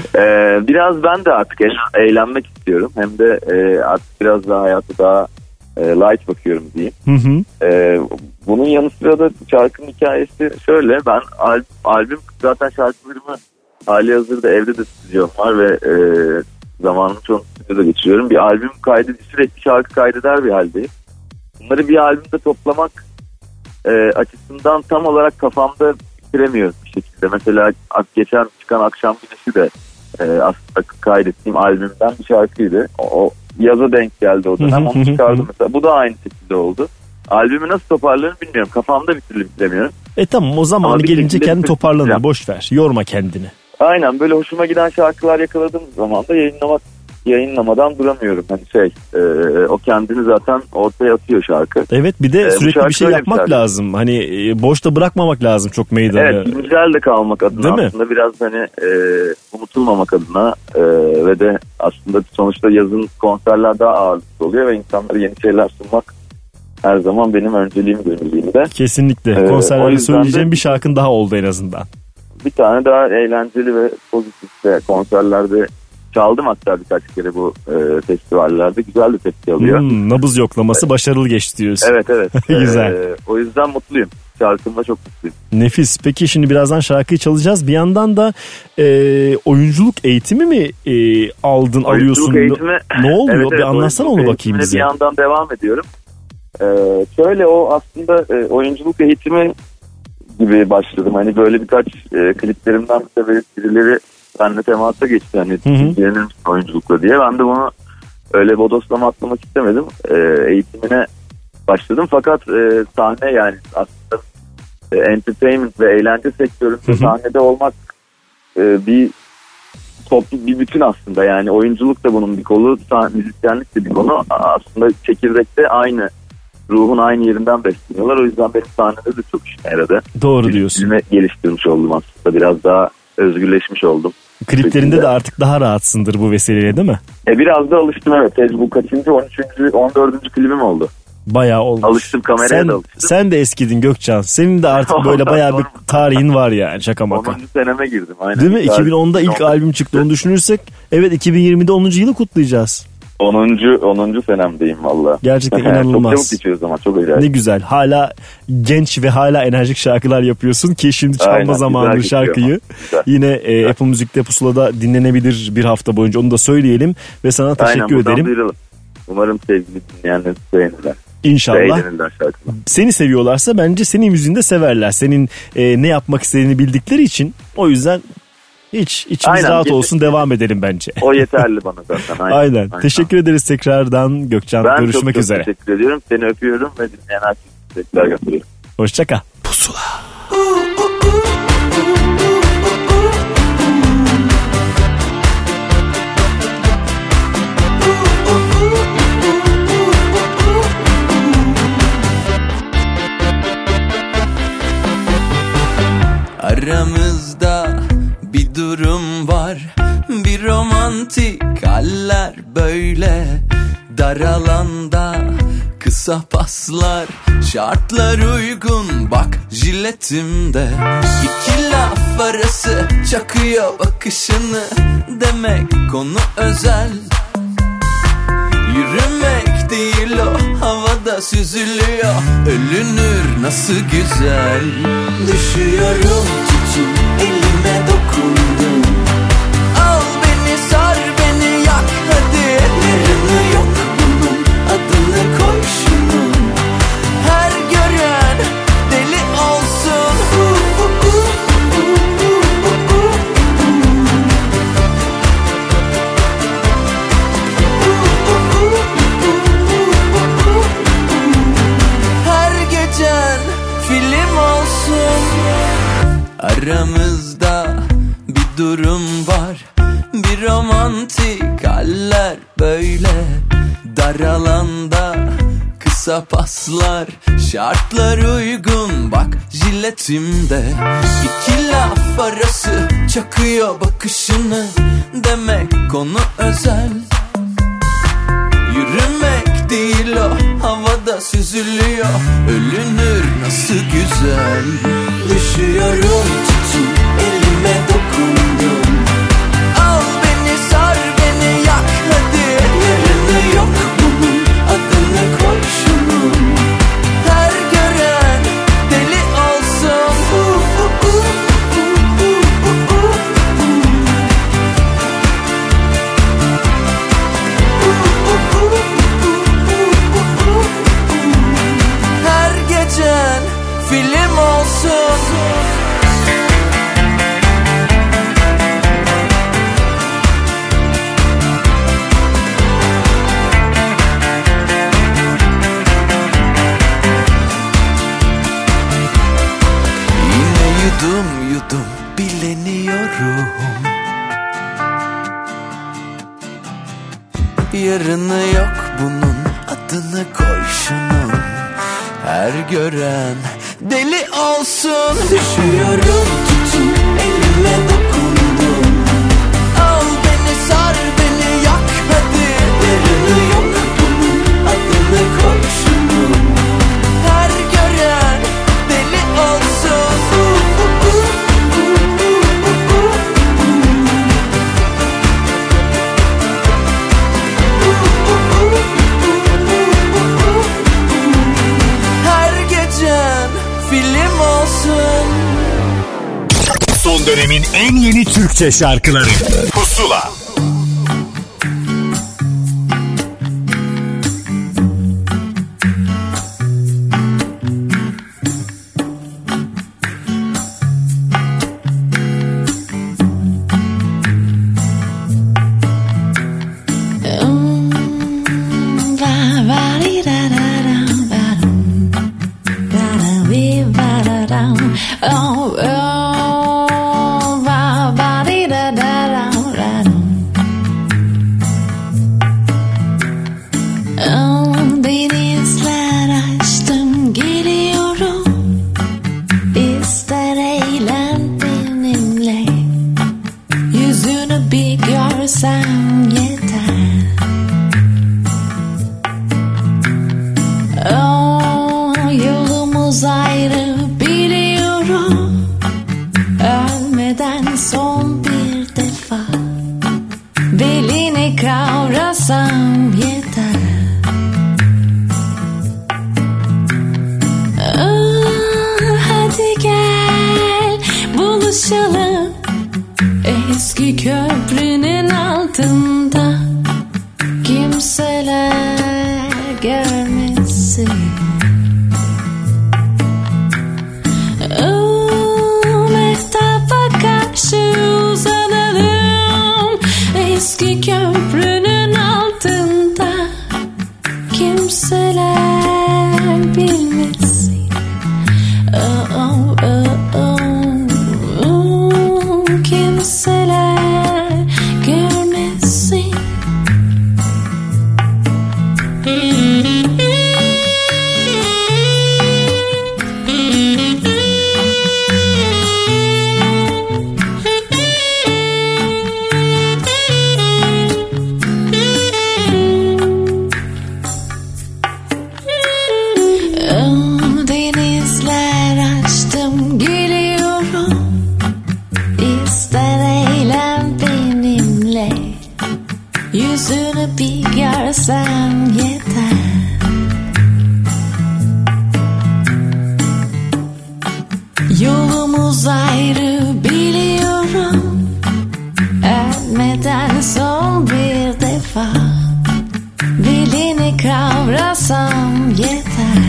Biraz ben de artık eğlenmek istiyorum. Hem de artık biraz daha hayatı daha light bakıyorum diyeyim. Bunun yanı sıra da şarkının hikayesi şöyle. Ben albüm zaten şarkılarımı hali hazırda evde de stüdyom var ve zamanımı çoğunu stüdyoda geçiriyorum. Bir albüm sürekli şarkı kaydeder bir haldeyim. Bunları bir albümde toplamak açısından tam olarak kafamda bitiremiyorum bir şekilde. Mesela geçen çıkan Akşam Güneşi de aslında kaydettiğim albümden bir şarkıydı. O yaza denk geldi o dönem. Onu çıkardım mesela. Bu da aynı şekilde oldu. Albümü nasıl toparlarım bilmiyorum. Kafamda bir türlü bitiremiyorum. Tamam, o zamanı gelince kendi toparlanır. Boş ver. Yorma kendini. Aynen, böyle hoşuma giden şarkılar yakaladığım zaman da yayınlamadan duramıyorum. Hani o kendini zaten ortaya atıyor şarkı. Evet, bir de sürekli bir şey yapmak lazım. Hani boşta bırakmamak lazım çok meydanı. Evet, güncel de kalmak adına. Değil aslında mi? Biraz hani unutulmamak adına ve de aslında sonuçta yazın konserler daha ağırlıklı oluyor ve insanlara yeni şeyler sunmak her zaman benim önceliğim gönüllüğümde. Kesinlikle. Konserlerde söyleyeceğim bir şarkın daha oldu en azından. Bir tane daha eğlenceli ve pozitif de konserlerde çaldım hatta birkaç kere bu festivallerde. Güzel de tepki alıyor. Nabız yoklaması başarılı geçti diyorsun. Evet. Güzel. O yüzden mutluyum. Şarkımla çok mutluyum. Nefis. Peki şimdi birazdan şarkıyı çalacağız. Bir yandan da oyunculuk eğitimi mi alıyorsun? Eğitimi, ne oluyor? Bir anlatsana onu bakayım bize. Bir yandan devam ediyorum. Şöyle, o aslında oyunculuk eğitimi gibi başladım. Hani böyle birkaç kliplerimden birileri benimle temasa geçti. Hani ilgilenir misin oyunculukla diye. Ben de bunu öyle bodoslama atlamak istemedim. Eğitimine başladım. Fakat sahne, yani aslında entertainment ve eğlence sektöründe sahnede olmak bir bütün aslında. Yani oyunculuk da bunun bir kolu, müzisyenlik de bir konu. Aslında çekirdekte aynı ruhun aynı yerinden besleniyorlar. O yüzden benim sahnede de çok işime yaradı. Doğru diyorsun. Dilimi geliştirmiş oldum aslında. Biraz daha özgürleşmiş oldum. Kliplerinde de artık daha rahatsındır bu vesileyle, değil mi? Biraz da alıştım, evet. Bu kaçıncı, 13. 14. klibim oldu. Bayağı olmuş. Alıştım, kameraya da alıştım. Sen de eskidin Gökcan. Senin de artık böyle bayağı bir tarihin var yani, şaka maka. 10. seneme girdim. Aynen. Değil mi? 2010'da ilk albüm çıktı. Onu düşünürsek evet, 2020'de 10. yılı kutlayacağız. 10. senemdeyim valla. Gerçekten inanılmaz. Çok çabuk geçiyoruz ama çok acayip. Ne güzel. Hala genç ve hala enerjik şarkılar yapıyorsun ki şimdi çalma zamanı şarkıyı. Yine Apple Müzik'te Pusula'da dinlenebilir bir hafta boyunca, onu da söyleyelim ve sana teşekkür edelim. Duyuralım. Umarım sevgili dinleyenler beğenirler. İnşallah. Seni seviyorlarsa bence senin müziğini de severler. Senin ne yapmak istediğini bildikleri için, o yüzden İçimiz rahat olsun, devam edelim bence. O yeterli bana zaten. Aynen. Teşekkür ederiz tekrardan Gökcan. Ben görüşmek çok üzere. Teşekkür ediyorum. Seni öpüyorum ve dinleyen herkese teşekkürler götürüyorum. Hoşça kal. Pusula. Aramızda bir durum var, bir Bir romantik haller böyle, dar alanda kısa paslar, şartlar uygun bak jiletimde. İki laf arası çakıyor bakışını, demek konu özel. Yürümek değil o, havada süzülüyor, ölünür nasıl güzel. Düşüyorum tutun, elime dokundun. Al beni sar beni yak hadi, yarını yok bunun, adını koy şunun. Her gören deli olsun. Her gecen film olsun. Aramızda bir durum var, bir romantik haller böyle, dar alanda kısa paslar, şartlar uygun bak jiletimde. İki laf arası çakıyor bakışını, demek konu özel. Yürümek değil o, havada süzülüyor, ölünür nasıl güzel. Düşüyorum tutun, elime dokundun. Al beni sar beni yak hadi, yarını yok bunun, adını koy şunun. Her gören deli olsun. Her gecen film olsun. Yine yudum yudum bileniyorum. Yarını yok bunun, adını koy şunun. Her gören deli olsun. Düşüyorum tutun, elime dokundun. Al beni sar beni yak hadi, yarını yok bunun, adını koy şunun. Her gören deli olsun. Her gecen film olsun. Son dönemin en yeni Türkçe şarkıları Pusula. Denizler açtım geliyorum, İster eğlen benimle, yüzünü bir görsem yeter. Yolumuz ayrı biliyorum, ölmeden son bir defa belini kavrasam yeter. Hadi gel buluşalım eski köprünün altında, kimseler görmesin. Mehtaba karşı uzanalım eski köprünün altında, kimseler bilmesin. Kimseler Yolumuz ayrı biliyorum. Ölmeden son bir defa belini kavrasam yeter.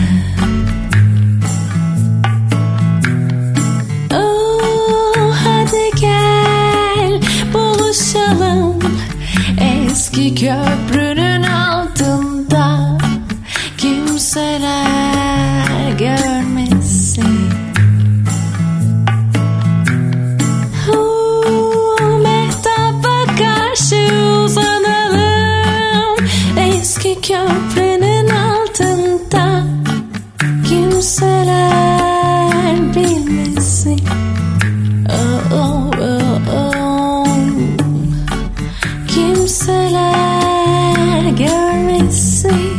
Oh, hadi gel buluşalım eski köprünün altında, kimseler görmesin. Mehtaba karşı uzanalım eski köprünün altında, kimseler bilmesin. Oh, oh, oh, oh. Kimseler görmesin.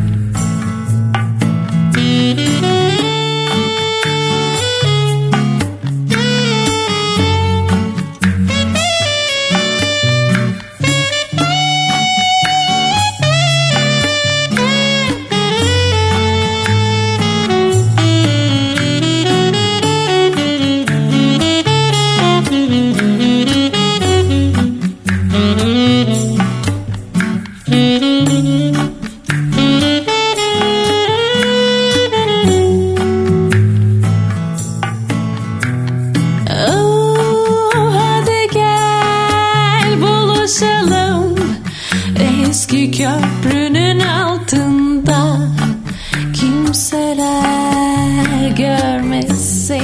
Eski köprünün altında, kimseler görmesin.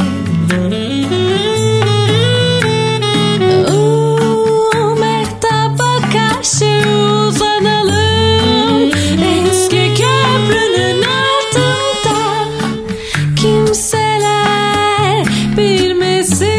Mehtaba karşı uzanalım eski köprünün altında, kimseler bilmesin.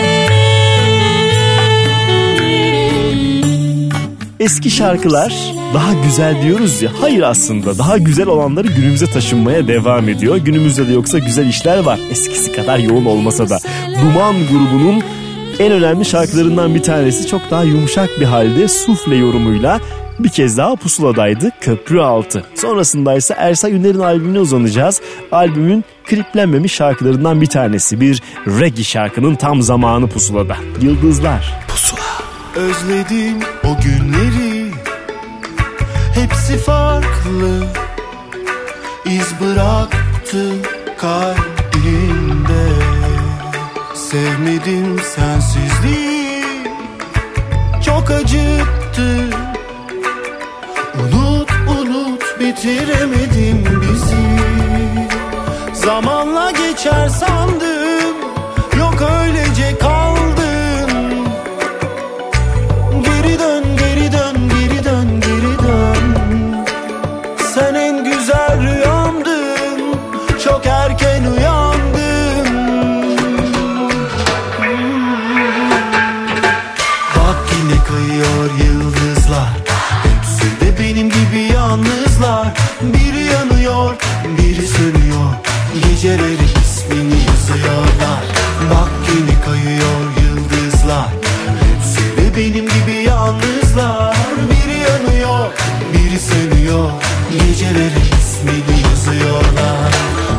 Eski şarkılar daha güzel diyoruz ya. Hayır, aslında daha güzel olanları günümüze taşınmaya devam ediyor. Günümüzde de yoksa güzel işler var. Eskisi kadar yoğun olmasa da. Duman grubunun en önemli şarkılarından bir tanesi çok daha yumuşak bir halde sufle yorumuyla bir kez daha pusuladaydı, Köprü Altı. Sonrasında ise Ersay Üner'in albümüne uzanacağız. Albümün kliplenmemiş şarkılarından bir tanesi. Bir reggae şarkının tam zamanı pusulada. Yıldızlar. Pusula. Özledim o günleri, hepsi farklı, iz bıraktı kalbimde. Sevmedim sensizliği, çok acıttı. Unut bitiremedim bizi. Zamanla geçer sandım, yok öylece kaldın. Geri dön, geri dön, geri dön, geri dön. Sen en güzel rüyamdın, çok erken uyandım. Bak yine kayıyor yıldızlar, hepsi de benim gibi yalnızlar. Biri yanıyor, biri sönüyor, geceleri ismini yazıyorlar. Bak yine kayıyor yıldızlar, hepsi de benim gibi yalnızlar. Biri yanıyor, biri sönüyor, geceleri ismini yazıyorlar.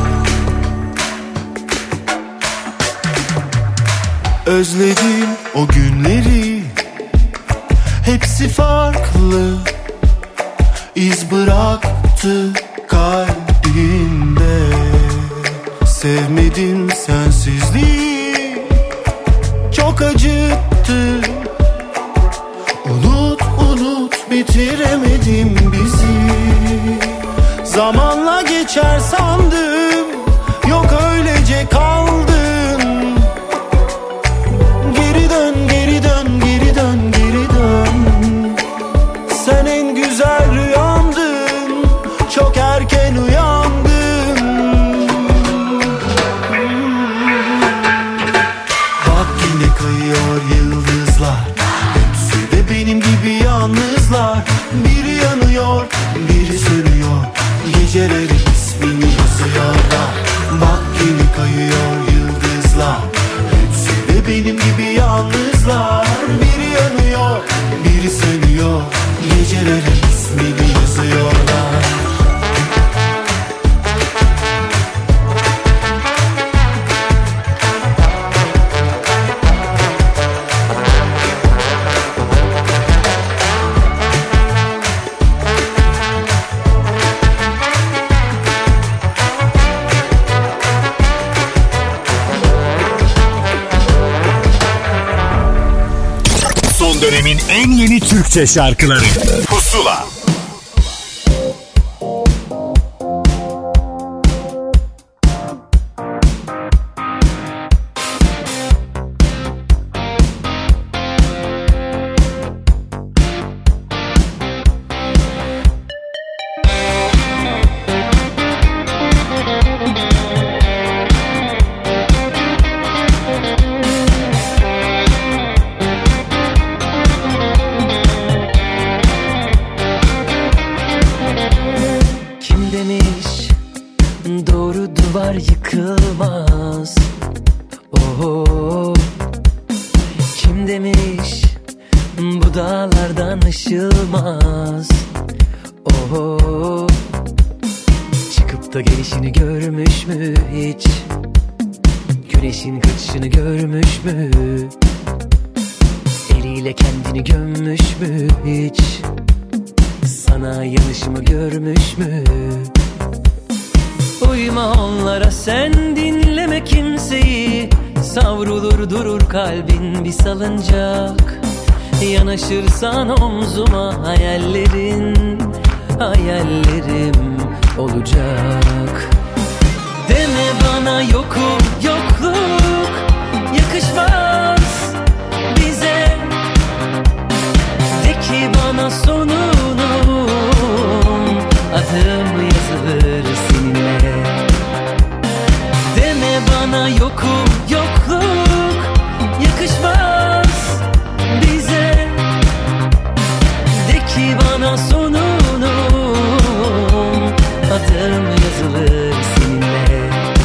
Özledim o günleri, hepsi farklı, iz bıraktı kalbimde. Sevmedim sensizliği, çok acıttı. Unut bitiremedim bizi. Zamanla geçer sandım, yok öylece kaldın. Geri dön, geri dön, geri dön, geri dön. Sen en güzel rüyamdın, çok erken uyandım. Bak yine kayıyor yıldızlar, hepsi de benim gibi yalnızlar. Biri yanıyor, biri sönüyor, geceleri ismini yazıyor. Türkiye'nin en yeni Türkçe şarkıları Pusula. Yıkılmaz. Oho. Kim demiş bu dağlardan ışılmaz. Oho. Çıkıp da gelişini görmüş mü hiç? Güneşin kaçışını görmüş mü? Eliyle kendini gömmüş mü hiç? Sana yanışımı görmüş mü? Uyma onlara, sen dinleme kimseyi. Savrulur durur kalbin bir salıncak. Yanaşırsan omzuma hayallerim olacak. Deme bana yokum, yokluk yakışmaz bize. De ki bana sonunu, adım yazılır seninle. Deme bana yokum, yokluk yakışmaz bize. De ki bana sonunu, adım yazılır seninle.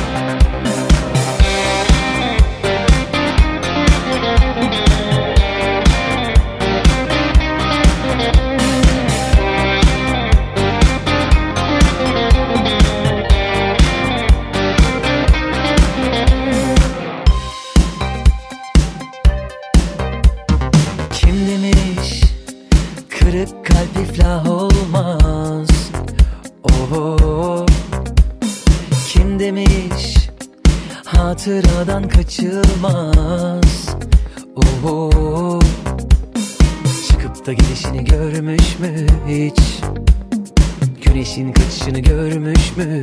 İflah olmaz. Oho. Kim demiş hatıradan kaçılmaz. Oho. Çıkıp da gelişini görmüş mü hiç? Güneşin kaçışını görmüş mü?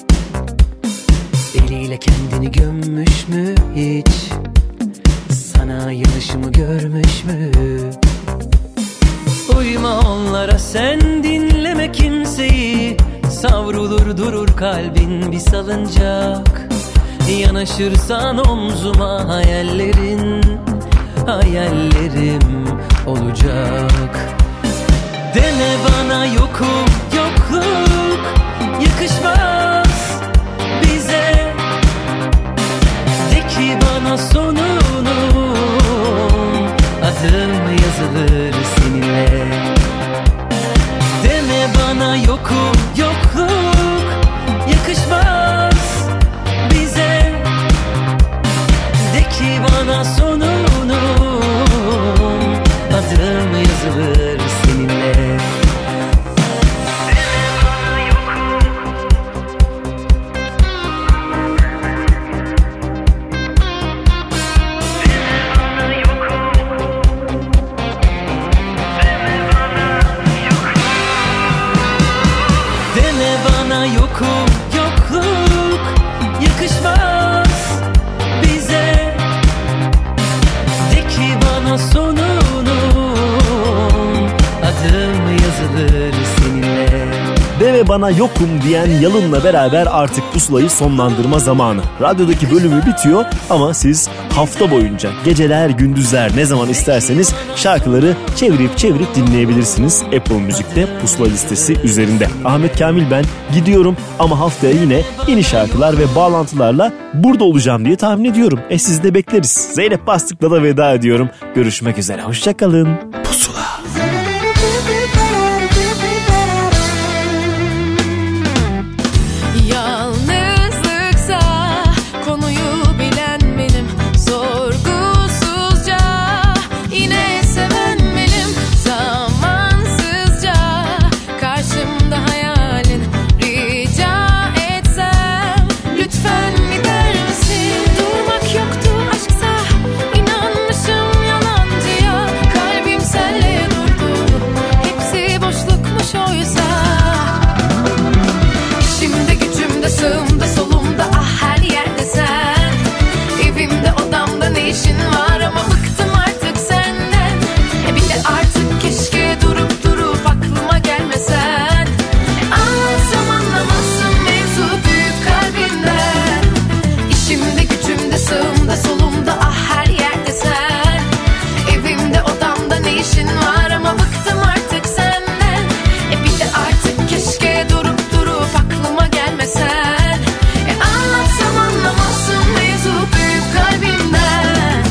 Eliyle kendini gömmüş mü hiç? Sana yanışımı görmüş mü? Uyma onlara, sen dinleme kimseyi. Savrulur durur kalbin bir salıncak. Yanaşırsan omzuma hayallerim olacak. Deme bana yokum, yokluk yakışmaz bize. De ki bana sonunu, adım yazılır seninle. Deme bana yokum, yokluk yakışmaz bize. De ki bana sonunu, adım yazılır seninle. Yokum, yokluk yakışmaz bize. De ki bana sonunu, adım yazılır seninle. Deme bana yokum diyen Yalın'la beraber artık pusulayı sonlandırma zamanı. Radyodaki bölümü bitiyor ama siz hafta boyunca geceler gündüzler ne zaman isterseniz şarkıları çevirip dinleyebilirsiniz. Apple Müzik'te pusula listesi üzerinde. Ahmet Kamil ben, gidiyorum ama haftaya yine yeni şarkılar ve bağlantılarla burada olacağım diye tahmin ediyorum. Siz de bekleriz. Zeynep Bastık'la da veda ediyorum. Görüşmek üzere, hoşçakalın. Pusula. Durmak yoktu aşksa, inanmışım yalancıya. Kalbim senle solumda ah her yerde sen. Evimde odamda ne işin var ama bıktım artık senden. Bir de artık keşke durup durup aklıma gelmesen. Anlasam anlamazsın mevzu büyük kalbinden. İşimde gücümde sağımda solumda ah her yerde sen. Evimde odamda ne işin var ama bıktım artık senden. Bir de artık keşke durup durup aklıma gelmesen. Anlatsam anlamazsın mevzu büyük kalbimden.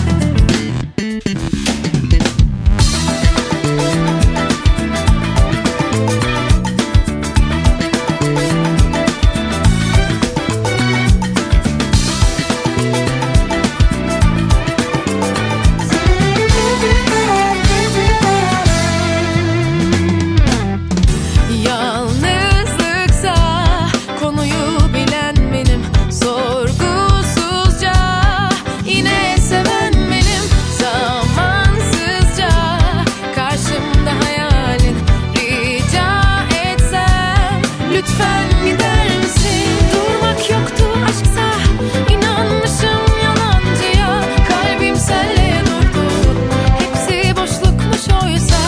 Yalnızlıksa konuyu bilen benim, sorgusuzca yine seven benim, zamansızca karşımda hayalin. Rica etsem lütfen gider misin? Durmak yoktu aşksa inanmışım yalancıya. Kalbim senle durdu, hepsi boşlukmuş oysa.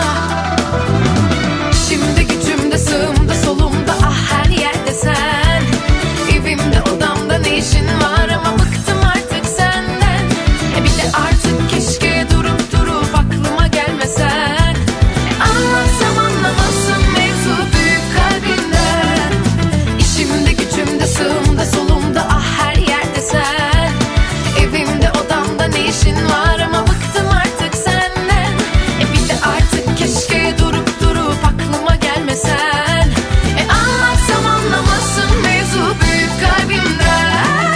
Şimdi gücümde sağımda solumda ah her yerde sen. Evimde odamda ne işin var ama bıktım artık senden. Bir de artık keşke durup durup aklıma gelmesen. Anlatsam anlamazsın mevzu büyük kalbinden. İşimde gücümde sağımda solumda ah her yerde sen. Evimde odamda ne işin var ama bıktım artık senden. Bir de artık keşke durup durup aklıma gelmesen. Anlatsam anlamazsın mevzu büyük kalbimden.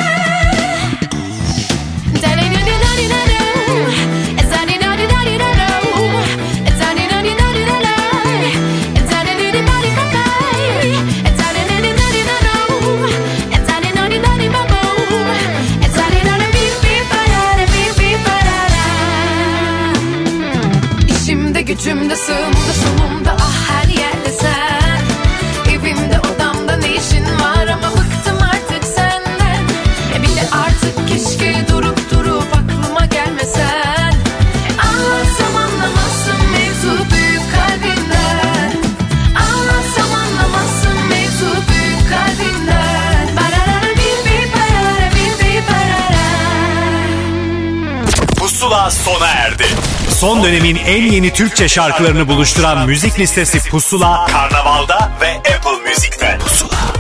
İşimde gücümde sağımda solumda ah her yerde sen. Evimde odamda ne işin var ama bıktım artık senden. Bir de artık keşke durup durup aklıma gelmesen. Anlatsam anlamazsın mevzu büyük kalbinden. Anlatsam anlamazsın mevzu büyük kalbinden. Barara bir barara bir barara. Pusula sona erdi. Son dönemin en yeni Türkçe şarkılarını buluşturan müzik listesi Pusula, Karnaval'da ve Apple Music'te. Pusula.